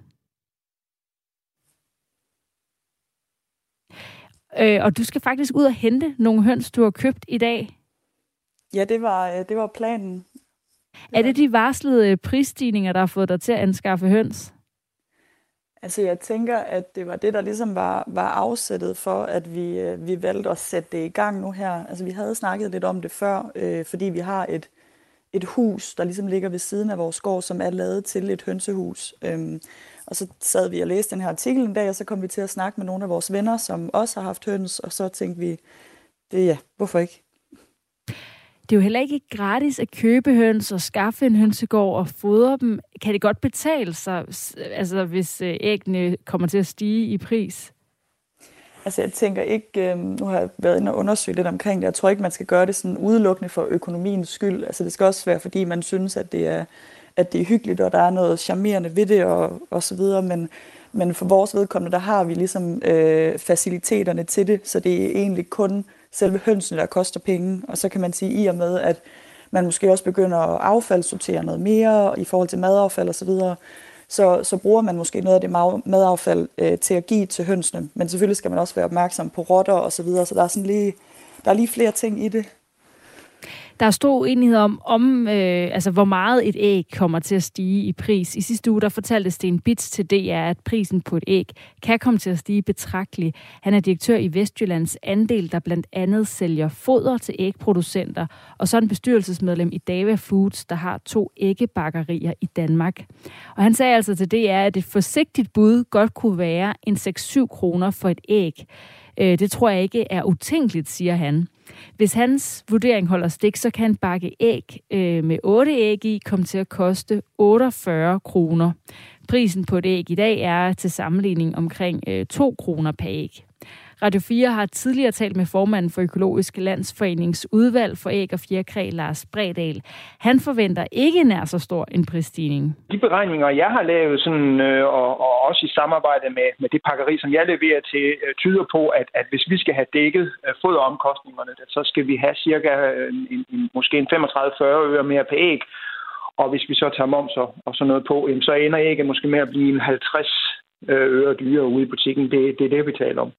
Og du skal faktisk ud og hente nogle høns, du har købt i dag. Ja, det var planen. Er det de varslede prisstigninger, der har fået dig til at anskaffe høns? Altså, jeg tænker, at det var det, der ligesom var afsættet for, at vi valgte at sætte det i gang nu her. Altså, vi havde snakket lidt om det før, fordi vi har et hus, der ligesom ligger ved siden af vores gård, som er lavet til et hønsehus. Og så sad vi og læste den her artikel en dag, og så kom vi til at snakke med nogle af vores venner, som også har haft høns, og så tænkte vi, hvorfor ikke? Det er jo heller ikke gratis at købe høns og skaffe en hønsegård og fodre dem. Kan det godt betale sig, altså hvis æggene kommer til at stige i pris? Altså jeg tænker ikke, nu har jeg været inde og undersøge lidt omkring det, jeg tror ikke, man skal gøre det sådan udelukkende for økonomiens skyld. Altså det skal også være, fordi man synes, at det er hyggeligt, og der er noget charmerende ved det og så videre, men for vores vedkommende, der har vi ligesom faciliteterne til det, så det er egentlig kun selve hønsene, der koster penge. Og så kan man sige, i og med, at man måske også begynder at affaldssortere noget mere i forhold til madaffald og så videre, så bruger man måske noget af det madaffald til at give til hønsene. Men selvfølgelig skal man også være opmærksom på rotter og så videre, så der er lige flere ting i det. Der er stor uenighed om altså, hvor meget et æg kommer til at stige i pris. I sidste uge der fortalte Sten Bitz til DR, at prisen på et æg kan komme til at stige betragteligt. Han er direktør i Vestjyllands Andel, der blandt andet sælger foder til ægproducenter, og så en bestyrelsesmedlem i Dava Foods, der har 2 æggebakerier i Danmark. Og han sagde altså til DR, at et forsigtigt bud godt kunne være en 6-7 kroner for et æg. Det tror jeg ikke er utænkeligt, siger han. Hvis hans vurdering holder stik, så kan en bakke æg med 8 æg i komme til at koste 48 kroner. Prisen på et æg i dag er til sammenligning omkring 2 kroner per æg. Radio 4 har tidligere talt med formanden for Økologisk Landsforenings udvalg for æg og fjerkræ, Lars Bredal. Han forventer ikke nær så stor en prisstigning. De beregninger, jeg har lavet, sådan, og også i samarbejde med det pakkeri, som jeg leverer til, tyder på, at hvis vi skal have dækket foderomkostningerne, så skal vi have cirka måske en 35-40 øre mere per æg. Og hvis vi så tager moms og sådan noget på, så ender ægget måske med at blive en 50 øre dyrere ude i butikken. Det er det, vi taler om.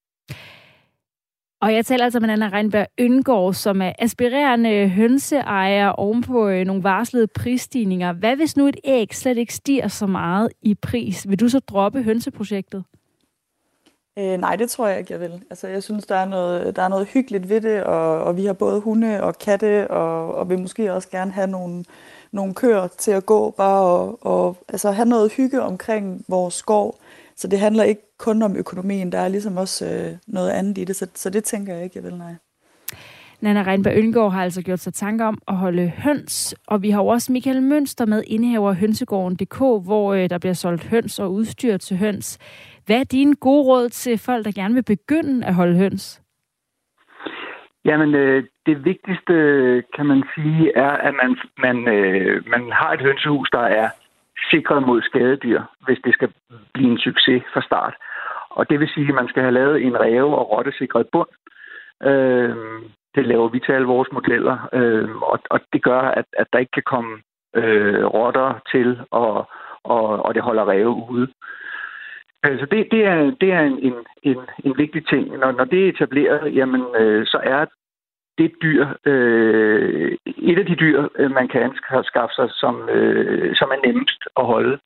Og jeg taler altså med Nanna Reinberg Ynggaard, som er aspirerende hønseejer ovenpå nogle varslede prisstigninger. Hvad hvis nu et æg slet ikke stiger så meget i pris? Vil du så droppe hønseprojektet? Nej, det tror jeg ikke, jeg vil. Altså, jeg synes, der er noget hyggeligt ved det, og vi har både hunde og katte, og vil måske også gerne have nogle køer til at gå, bare og altså, have noget hygge omkring vores skov. Så det handler ikke kun om økonomien, der er ligesom også noget andet i det, så det tænker jeg ikke, jeg vil, nej. Nanna Reinberg Ynggaard har altså gjort sig tanker om at holde høns, og vi har også Michael Mønster med, indehaver af hønsegården.dk, hvor der bliver solgt høns og udstyr til høns. Hvad er dine gode råd til folk, der gerne vil begynde at holde høns? Jamen, det vigtigste, kan man sige, er, at man har et hønsehus, der er sikret mod skadedyr, hvis det skal blive en succes fra start. Og det vil sige, at man skal have lavet en ræve- og rottesikret bund. Det laver vi til alle vores modeller, og det gør, at der ikke kan komme rotter til, og det holder ræve ude. Så det er en vigtig ting. Når det er etableret, jamen, så er det dyr, et af de dyr, man kan skaffe sig, som er nemmest at holde.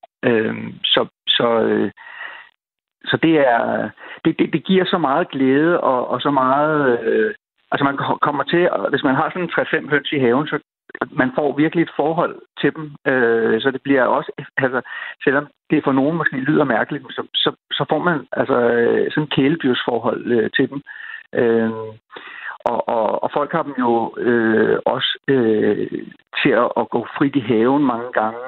Så det giver så meget glæde og så meget. Altså man kommer til, hvis man har sådan 3-5 høns i haven, så man får virkelig et forhold til dem. Så det bliver også, altså selvom det for nogen måske lyder mærkeligt, så får man altså sådan et kæledyrsforhold til dem. Og folk har dem jo også til at gå frit i haven mange gange,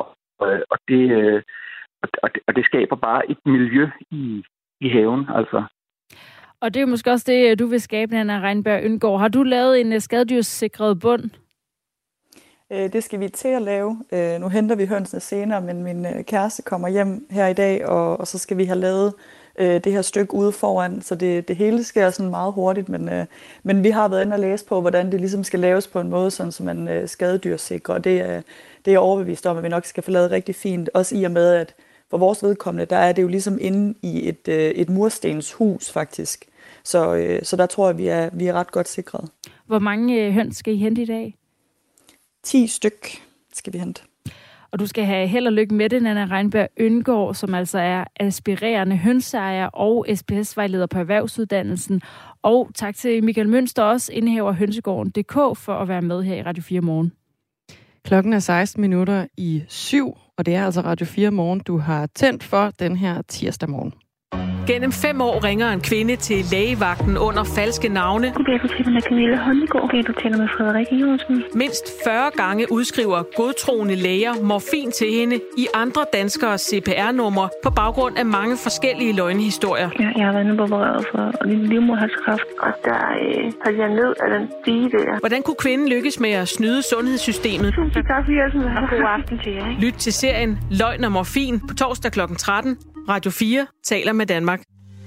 og det skaber bare et miljø i haven, altså. Og det er måske også det, du vil skabe, Nanna Reinberg Ynggaard. Har du lavet en skadedyrssikret bund? Det skal vi til at lave. Nu henter vi hønsene senere, men min kæreste kommer hjem her i dag, og så skal vi have lavet det her stykke ude foran, så det hele sker sådan meget hurtigt, men vi har været inde og læse på, hvordan det ligesom skal laves på en måde, sådan så man skadedyrsikrer, og det er jeg overbevist om, at vi nok skal få lavet rigtig fint, også i og med, at for vores vedkommende, der er det jo ligesom inde i et murstenshus faktisk, så der tror jeg, vi er ret godt sikret. Hvor mange høns skal I hente i dag? 10 styk skal vi hente. Og du skal have held og lykke med det, Nanna Reinberg Ynggaard, som altså er aspirerende hønseejer og SPS-vejleder på erhvervsuddannelsen. Og tak til Michael Mønster, også indehaver hønsegården.dk, for at være med her i Radio 4 Morgen. Klokken er 16:07, og det er altså Radio 4 Morgen, du har tændt for den her tirsdag morgen. Gennem 5 år ringer en kvinde til lægevagten under falske navne. Goddag, du taler med Camilla Håndegård. Goddag, du taler med Frederik Iversen. Mindst 40 gange udskriver godtroende læger morfin til hende i andre danskeres CPR-numre på baggrund af mange forskellige løgnehistorier. Ja, jeg har været nu opereret for livmoderhalskræft, og der faldt jeg ned af den stige der. Hvordan kunne kvinden lykkes med at snyde sundhedssystemet? Tusind tak, fordi jeg sådan har god aften til jer. Lyt til serien Løgn og morfin på torsdag kl. 13. Radio 4 taler med Danmark.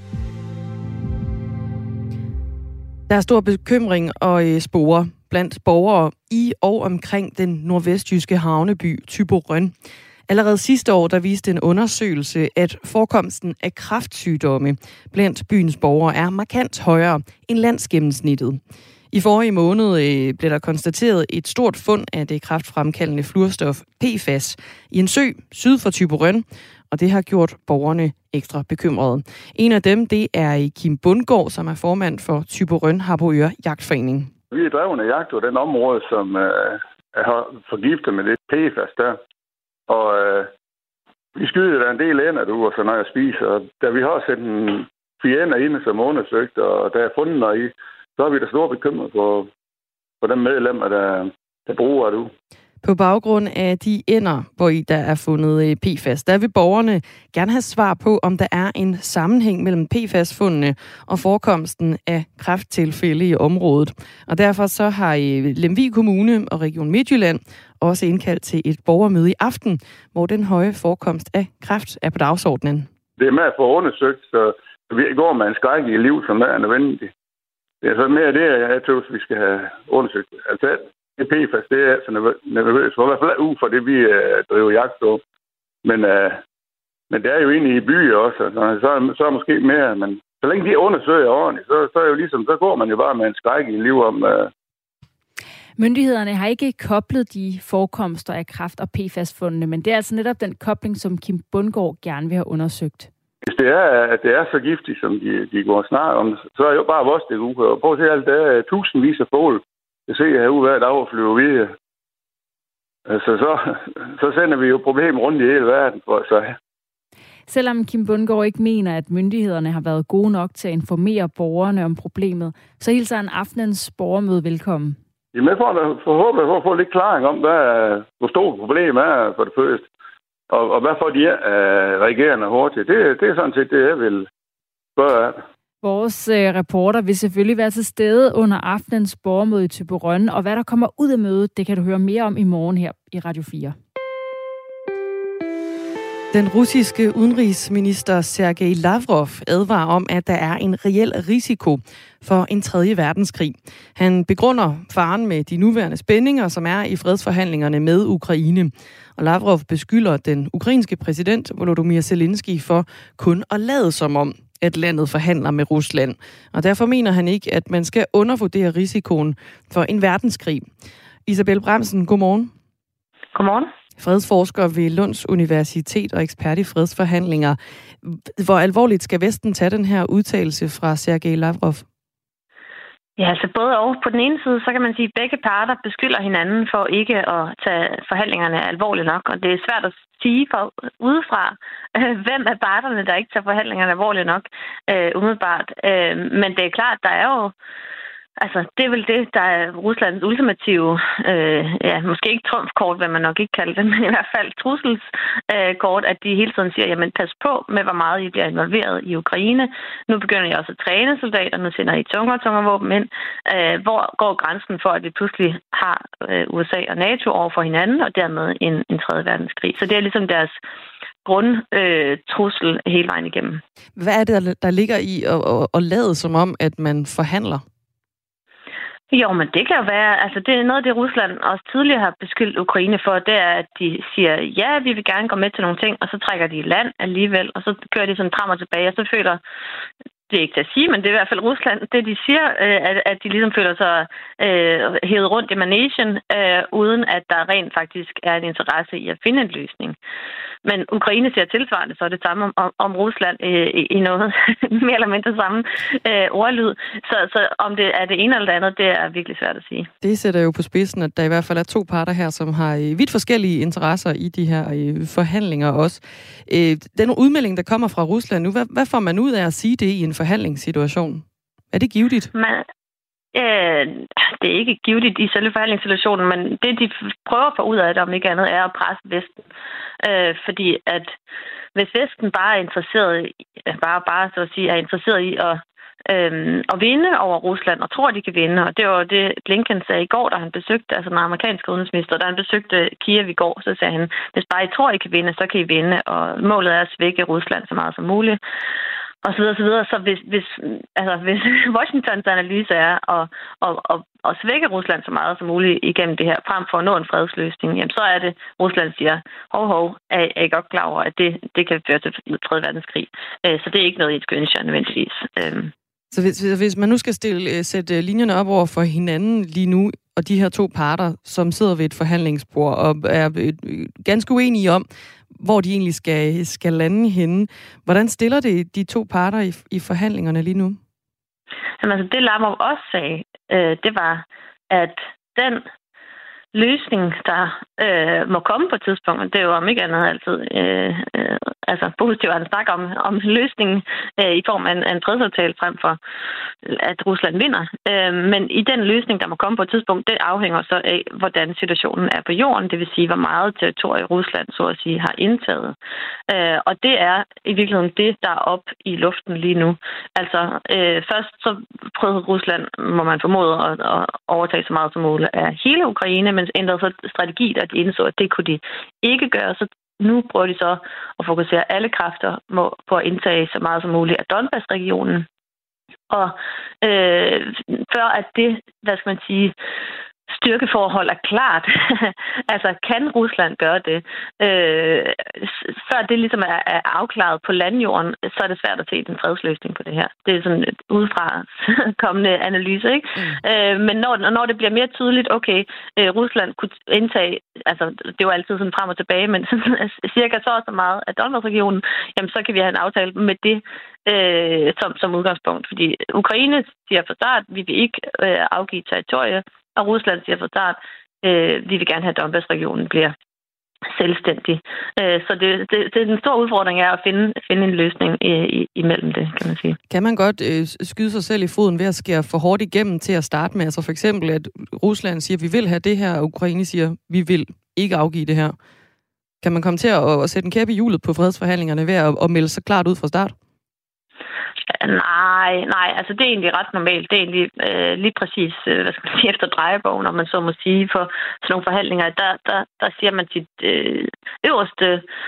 Der er stor bekymring og spore blandt borgere i og omkring den nordvestjyske havneby Thyborøn. Allerede sidste år, der viste en undersøgelse, at forekomsten af kræftsygdomme blandt byens borgere er markant højere end landsgennemsnittet. I forrige måned blev der konstateret et stort fund af det kræftfremkaldende fluorstof PFAS i en sø syd for Thyborøn, og det har gjort borgerne ekstra bekymrede. En af dem, det er Kim Bundgaard, som er formand for Thyborøn Harboøre Jagtforening. Vi er drevne jagt på den område, som er forgiftet med det PFAS der. Og vi skyder der en del ænder derude, og så når jeg spiser. Og da vi har sendt en 4 ænder ind, som undersøgt, og der er fundet der i, så er vi da stor bekymret på de medlemmer, der bruger det ud. På baggrund af de ænder, hvori der er fundet PFAS, der vil borgerne gerne have svar på, om der er en sammenhæng mellem PFAS-fundene og forekomsten af kræfttilfælde i området. Og derfor så har Lemvig Kommune og Region Midtjylland også indkaldt til et borgermøde i aften, hvor den høje forekomst af kræft er på dagsordenen. Det er med at få undersøgt, så vi går med en skræk i liv, som er nødvendigt. Det er så mere det, jeg tror, vi skal have undersøgt. Altså, det PFAS, det er altså nervøst. For i hvert fald ud for det, vi driver jagt på. Men det er jo egentlig i byer også. Så er måske mere, men så længe de undersøger ordentligt, så er jo ligesom, så går man jo bare med en skræk i liv om... Myndighederne har ikke koblet de forekomster af kræft- og PFAS-fundene, men det er altså netop den kobling, som Kim Bundgaard gerne vil have undersøgt. Hvis det er, at det er så giftigt, som de går snart om, så er jo bare vores det uge. Prøv at se alt, der er tusindvis af fål. Jeg ser herude hver dag og flyver vi. Altså, så sender vi jo problemer rundt i hele verden for sig. Selvom Kim Bundgaard ikke mener, at myndighederne har været gode nok til at informere borgerne om problemet, så hilser han aftenens borgermøde velkommen. Jamen, jeg får forhåbentlig for at få lidt klaring om, hvor stort problemet er for det første. Og hvad får de reagerende hurtigt? Det er sådan set det, jeg vil spørge. Vores reporter vil selvfølgelig være til stede under aftenens borgermøde i Thyborøn, og hvad der kommer ud af mødet, det kan du høre mere om i morgen her i Radio 4. Den russiske udenrigsminister Sergej Lavrov advarer om, at der er en reel risiko for en 3. verdenskrig. Han begrunder faren med de nuværende spændinger, som er i fredsforhandlingerne med Ukraine. Og Lavrov beskylder den ukrainske præsident Volodymyr Zelensky for kun at lade som om, at landet forhandler med Rusland. Og derfor mener han ikke, at man skal undervurdere risikoen for en verdenskrig. Isabel Bremsen, godmorgen. Godmorgen. Fredsforsker ved Lunds Universitet og ekspert i fredsforhandlinger. Hvor alvorligt skal Vesten tage den her udtalelse fra Sergej Lavrov? Ja, altså både og. På den ene side, så kan man sige, at begge parter beskylder hinanden for ikke at tage forhandlingerne alvorligt nok. Og det er svært at sige for udefra, hvem af parterne, der ikke tager forhandlingerne alvorligt nok, umiddelbart. Men det er klart, der er jo... Altså, det er vel det, der er Ruslands ultimative, måske ikke trumfkort, hvad man nok ikke kalder det, men i hvert fald trusselskort, at de hele tiden siger, jamen pas på med, hvor meget I bliver involveret i Ukraine. Nu begynder I også at træne soldater, nu sender I tungere våben ind. Hvor går grænsen for, at vi pludselig har USA og NATO over for hinanden, og dermed en 3. verdenskrig? Så det er ligesom deres grundtrussel hele vejen igennem. Hvad er det, der ligger i at lade som om, at man forhandler? Jo, men det kan jo være, altså det er noget af det, Rusland også tidligere har beskyldt Ukraine for, det er, at de siger, ja, vi vil gerne gå med til nogle ting, og så trækker de i land alligevel, og så kører de sådan frem og tilbage, og så føler det er ikke til at sige, men det er i hvert fald Rusland, det de siger, at de ligesom føler sig hævet rundt i managen, uden at der rent faktisk er en interesse i at finde en løsning. Men Ukraine siger tilsvarende, så er det samme om Rusland i noget mere eller mindre samme ordlyd. Så om det er det ene eller det andet, det er virkelig svært at sige. Det sætter jo på spidsen, at der i hvert fald er to parter her, som har vidt forskellige interesser i de her forhandlinger også. Den udmelding, der kommer fra Rusland nu, hvad får man ud af at sige det i en forhandlingssituation? Er det givetigt? Det er ikke givetigt i selve forhandlingssituationen, men det, de prøver at få ud af det, om ikke andet, er at presse Vesten. Fordi at hvis Vesten bare er interesseret så at sige, er interesseret i at vinde over Rusland, og tror, de kan vinde, og det var det, Blinken sagde i går, da han besøgte, altså den amerikanske udenrigsminister, da han besøgte Kiev i går, så sagde han, hvis bare I tror, I kan vinde, så kan I vinde, og målet er at svække Rusland så meget som muligt. Og så videre, så videre. Så hvis Washingtons analyse er at svække Rusland så meget som muligt igennem det her, frem for at nå en fredsløsning, jamen så er det, Rusland siger, er I godt klar over, at det kan føre til 3. verdenskrig. Så det er ikke noget, I skal ønske nødvendigvis. Så hvis man nu skal sætte linjerne op over for hinanden lige nu, og de her to parter, som sidder ved et forhandlingsbord og er ganske uenige om, hvor de egentlig skal lande henne. Hvordan stiller det de to parter i forhandlingerne lige nu? Jamen, altså, det Lavrov også sagde, det var, at den løsning, der må komme på et tidspunkt, det er jo om ikke andet altid positivt at snakke om løsningen i form af en fredsaftale frem for, at Rusland vinder. Men i den løsning, der må komme på et tidspunkt, det afhænger så af, hvordan situationen er på jorden, det vil sige, hvor meget territorie Rusland, så at sige, har indtaget. Og det er i virkeligheden det, der er op i luften lige nu. Altså, først så prøvede Rusland, må man formode, at overtage så meget som muligt af hele Ukraine, men ændrede så strategi, da de indså, at det kunne de ikke gøre. Så nu prøver de så at fokusere alle kræfter på at indtage så meget som muligt af Donbass-regionen. Og før at det, styrkeforhold er klart, altså kan Rusland gøre det, før det ligesom er afklaret på landjorden, så er det svært at se en fredsløsning på det her. Det er sådan et udefra kommende analyse, ikke? Men når det bliver mere tydeligt, okay, Rusland kunne indtage, altså det var altid sådan frem og tilbage, men cirka så meget af Donbass-regionen, jamen så kan vi have en aftale med det som udgangspunkt. Fordi Ukraine siger fra start, vi vil ikke afgive territorier, og Rusland siger fra start, vi vil gerne have, at Donbass-regionen bliver selvstændig. Så det den store udfordring er at finde en løsning imellem det, kan man sige. Kan man godt skyde sig selv i foden ved at skære for hårdt igennem til at starte med? Altså for eksempel, at Rusland siger, vi vil have det her, og Ukraine siger, vi vil ikke afgive det her. Kan man komme til at sætte en kæp i hjulet på fredsforhandlingerne ved at melde sig klart ud fra start? Nej, altså det er egentlig ret normalt. Det er egentlig lige præcis, efter drejebogen, når man så må sige, for sådan nogle forhandlinger, der siger man sit øverste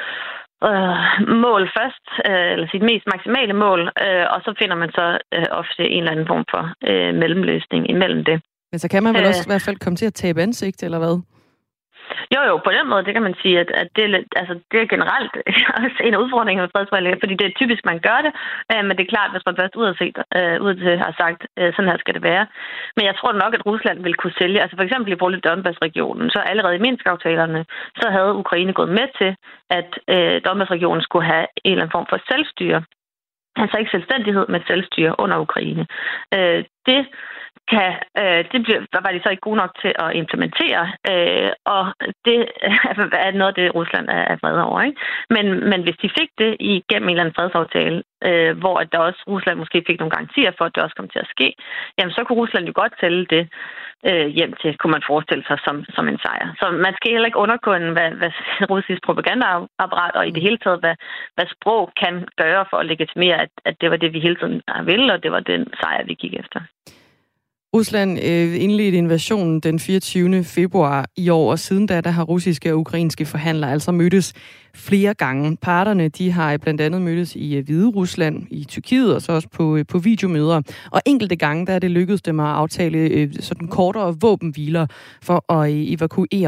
mål først, eller sit mest maksimale mål, og så finder man så ofte en eller anden form for mellemløsning imellem det. Men så kan man vel også i hvert fald komme til at tabe ansigt, eller hvad? Jo, på den måde, det kan man sige, at det er generelt også en af udfordringerne med fredsforhandlinger, fordi det er typisk, man gør det, men det er klart, hvis man først udadtil har sagt, sådan her skal det være. Men jeg tror nok, at Rusland vil kunne sælge, altså for eksempel i forhold til Donbass-regionen, så allerede i Minsk-aftalerne, så havde Ukraine gået med til, at Donbass-regionen skulle have en eller anden form for selvstyre. Altså ikke selvstændighed, men selvstyre under Ukraine. Det var de så ikke gode nok til at implementere, og det er noget af det, Rusland er vred over, ikke? Men hvis de fik det igennem en eller anden fredsaftale, hvor der også Rusland måske fik nogle garantier for, at det også kom til at ske, jamen så kunne Rusland jo godt sælge det hjem til, kunne man forestille sig, som en sejr. Så man skal heller ikke underkende, hvad russisk propagandaapparat og i det hele taget, hvad sprog kan gøre for at legitimere, at det var det, vi hele tiden ville, og det var den sejr, vi gik efter. Rusland indledte invasionen den 24. februar i år, og siden da har russiske og ukrainske forhandlere altså mødtes flere gange. Parterne de har blandt andet mødtes i Hvide Rusland, i Tyrkiet og så også på videomøder. Og enkelte gange der er det lykkedes dem at aftale sådan kortere våbenhviler for at evakuere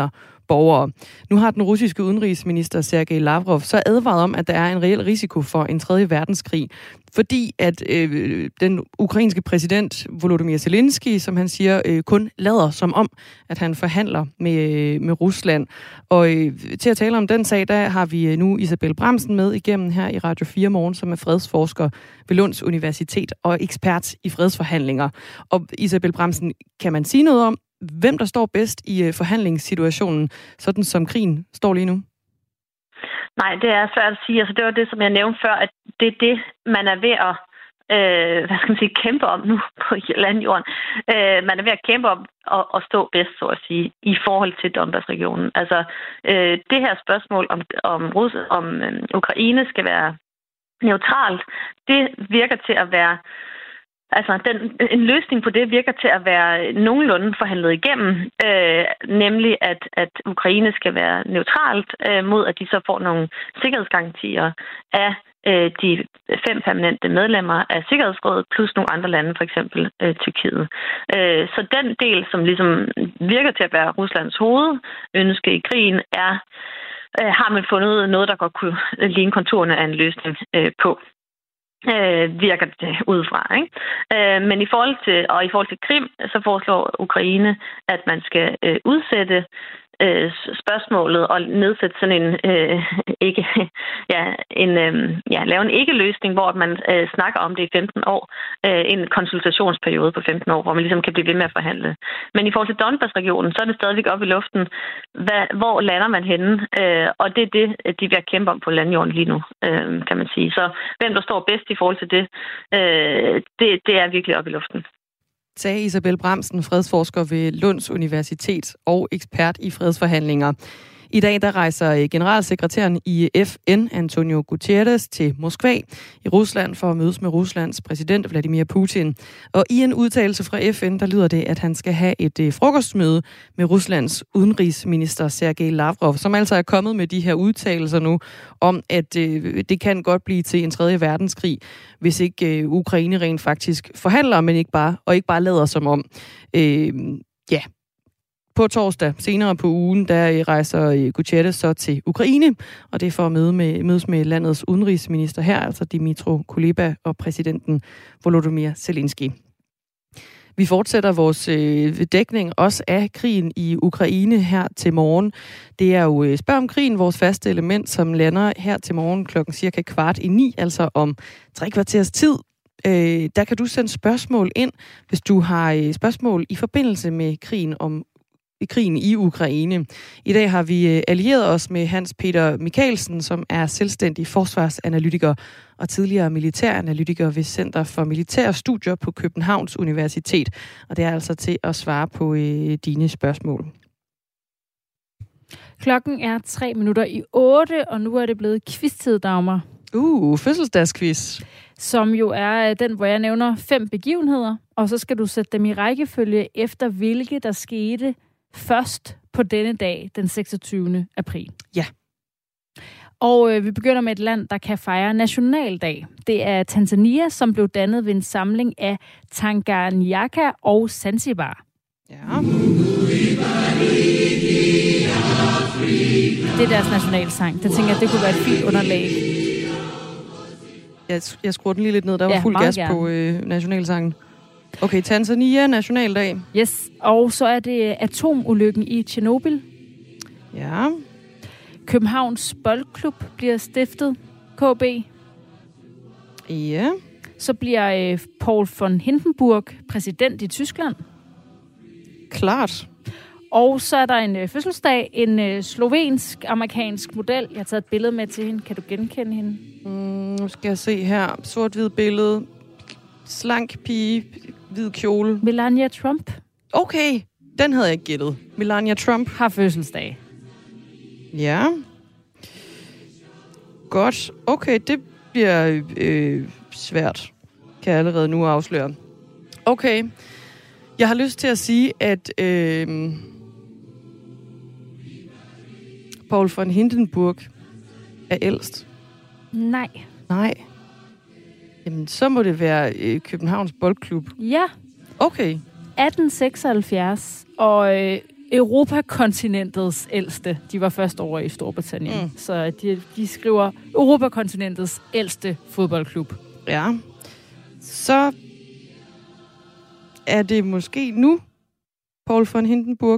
borgere. Nu har den russiske udenrigsminister Sergej Lavrov så advaret om, at der er en reel risiko for en 3. verdenskrig, fordi at den ukrainske præsident Volodymyr Zelensky, som han siger, kun lader som om, at han forhandler med Rusland. Og til at tale om den sag, der har vi nu Isabel Bramsen med igennem her i Radio 4 Morgen, som er fredsforsker ved Lunds Universitet og ekspert i fredsforhandlinger. Og Isabel Bramsen, kan man sige noget om, hvem der står bedst i forhandlingssituationen, sådan som krigen står lige nu? Nej, det er svært at sige. Altså, det var det, som jeg nævnte før, at det er det, man er ved at kæmpe om nu på landjorden. Man er ved at kæmpe om at stå bedst, så at sige, i forhold til Donbass-regionen. Altså, det her spørgsmål om Ukraine skal være neutralt, det virker til at være en løsning på det virker til at være nogenlunde forhandlet igennem, nemlig at Ukraine skal være neutralt mod, at de så får nogle sikkerhedsgarantier af de 5 permanente medlemmer af Sikkerhedsrådet, plus nogle andre lande, for eksempel Tyrkiet. Så den del, som ligesom virker til at være Ruslands hovedønske i krigen, har man fundet noget, der godt kunne ligne konturerne af en løsning på. Virker det udefra, ikke? Men i forhold til Krim, så foreslår Ukraine, at man skal udsætte spørgsmålet og nedsætte sådan lave en ikke-løsning, hvor man snakker om det i 15 år, en konsultationsperiode på 15 år, hvor man ligesom kan blive ved med at forhandle. Men i forhold til Donbass-regionen, så er det stadigvæk op i luften. Hvor lander man henne? Og det er det, de vil kæmpe om på landjorden lige nu, kan man sige. Så hvem der står bedst i forhold til det, det er virkelig op i luften. Sagde Isabel Bramsen, fredsforsker ved Lunds Universitet og ekspert i fredsforhandlinger. I dag der rejser generalsekretæren i FN, Antonio Guterres, til Moskva i Rusland for at mødes med Ruslands præsident Vladimir Putin. Og i en udtalelse fra FN, der lyder det, at han skal have et frokostmøde med Ruslands udenrigsminister Sergej Lavrov, som altså er kommet med de her udtalelser nu om, at det kan godt blive til en 3. verdenskrig, hvis ikke Ukraine rent faktisk forhandler, men ikke bare lader som om. På torsdag, senere på ugen, der rejser Guterres så til Ukraine, og det er for at mødes med landets udenrigsminister her, altså Dmytro Kuleba og præsidenten Volodymyr Zelensky. Vi fortsætter vores dækning også af krigen i Ukraine her til morgen. Det er jo Spørg om krigen, vores faste element, som lander her til morgen klokken cirka 8:15, altså om 3 kvarters tid. Der kan du sende spørgsmål ind, hvis du har spørgsmål i forbindelse med krigen i Ukraine. I dag har vi allieret os med Hans Peter Michaelsen, som er selvstændig forsvarsanalytiker og tidligere militæranalytiker ved Center for Militære Studier på Københavns Universitet. Og det er altså til at svare på dine spørgsmål. Klokken er 7:03, og nu er det blevet quiz-tid, Dagmar. Fødselsdagsquiz. Som jo er den, hvor jeg nævner 5 begivenheder, og så skal du sætte dem i rækkefølge efter, hvilke der skete først på denne dag, den 26. april. Ja. Og vi begynder med et land, der kan fejre nationaldag. Det er Tanzania, som blev dannet ved en samling af Tanganyika og Zanzibar. Ja. Det er deres nationalsang. Der tænker jeg, det kunne være et fint underlag. Jeg skruer den lige lidt ned. Der var fuld gas gerne på nationalsangen. Okay, Tanzania, nationaldag. Yes, og så er det atomulykken i Tjernobyl. Ja. Københavns Boldklub bliver stiftet. KB. Ja. Så bliver Paul von Hindenburg præsident i Tyskland. Klart. Og så er der en fødselsdag, en slovensk-amerikansk model. Jeg har taget et billede med til hende. Kan du genkende hende? Nu skal jeg se her. Sort-hvid billede. Slank pige. Hvid kjole. Melania Trump. Okay, den havde jeg ikke gættet. Melania Trump har fødselsdag. Ja. Godt. Okay, det bliver svært. Kan jeg allerede nu afsløre. Okay. Jeg har lyst til at sige, at Paul von Hindenburg er ældst. Nej. Jamen, så må det være Københavns Boldklub. Ja. Okay. 1876. Og Europakontinentets ældste. De var først over i Storbritannien. Så de skriver Europakontinentets ældste fodboldklub. Ja. Så er det måske nu, Paul von Hindenburg?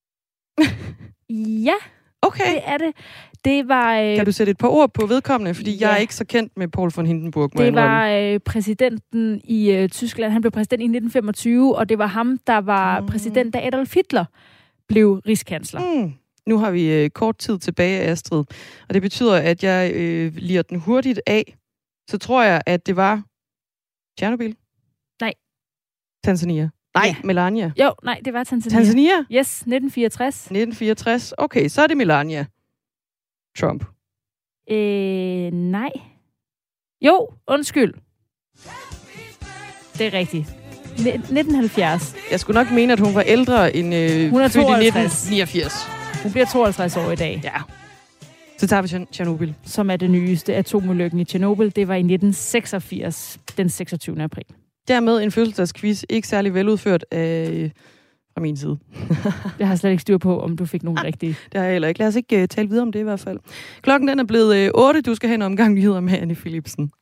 Ja, okay. Det er det. Det var... Kan du sætte et par ord på vedkommende? Fordi jeg er ikke så kendt med Paul von Hindenburg. Det var præsidenten i Tyskland. Han blev præsident i 1925, og det var ham, der var præsident, da Adolf Hitler blev rigskansler. Nu har vi kort tid tilbage, Astrid. Og det betyder, at jeg lirer den hurtigt af. Så tror jeg, at det var Tjernobyl? Nej. Tanzania? Nej, ja. Melania? Jo, nej, det var Tanzania. Tanzania? Yes, 1964. 1964. Okay, så er det Melania. Trump? Nej. Jo, undskyld. Det er rigtigt. 1970. Jeg skulle nok mene, at hun var ældre end hun er 1989. Hun bliver 52 år i dag. Ja. Så tager vi Tjernobyl. Som er det nyeste atomulykken i Tjernobyl. Det var i 1986, den 26. april. Dermed en fødselsdagsquiz, ikke særlig veludført fra min side. Jeg har slet ikke styr på, om du fik nogen rigtige. Det har jeg heller ikke. Lad os ikke tale videre om det i hvert fald. Klokken den er blevet 8. Du skal have en omgang nyheder med Anne Philipsen.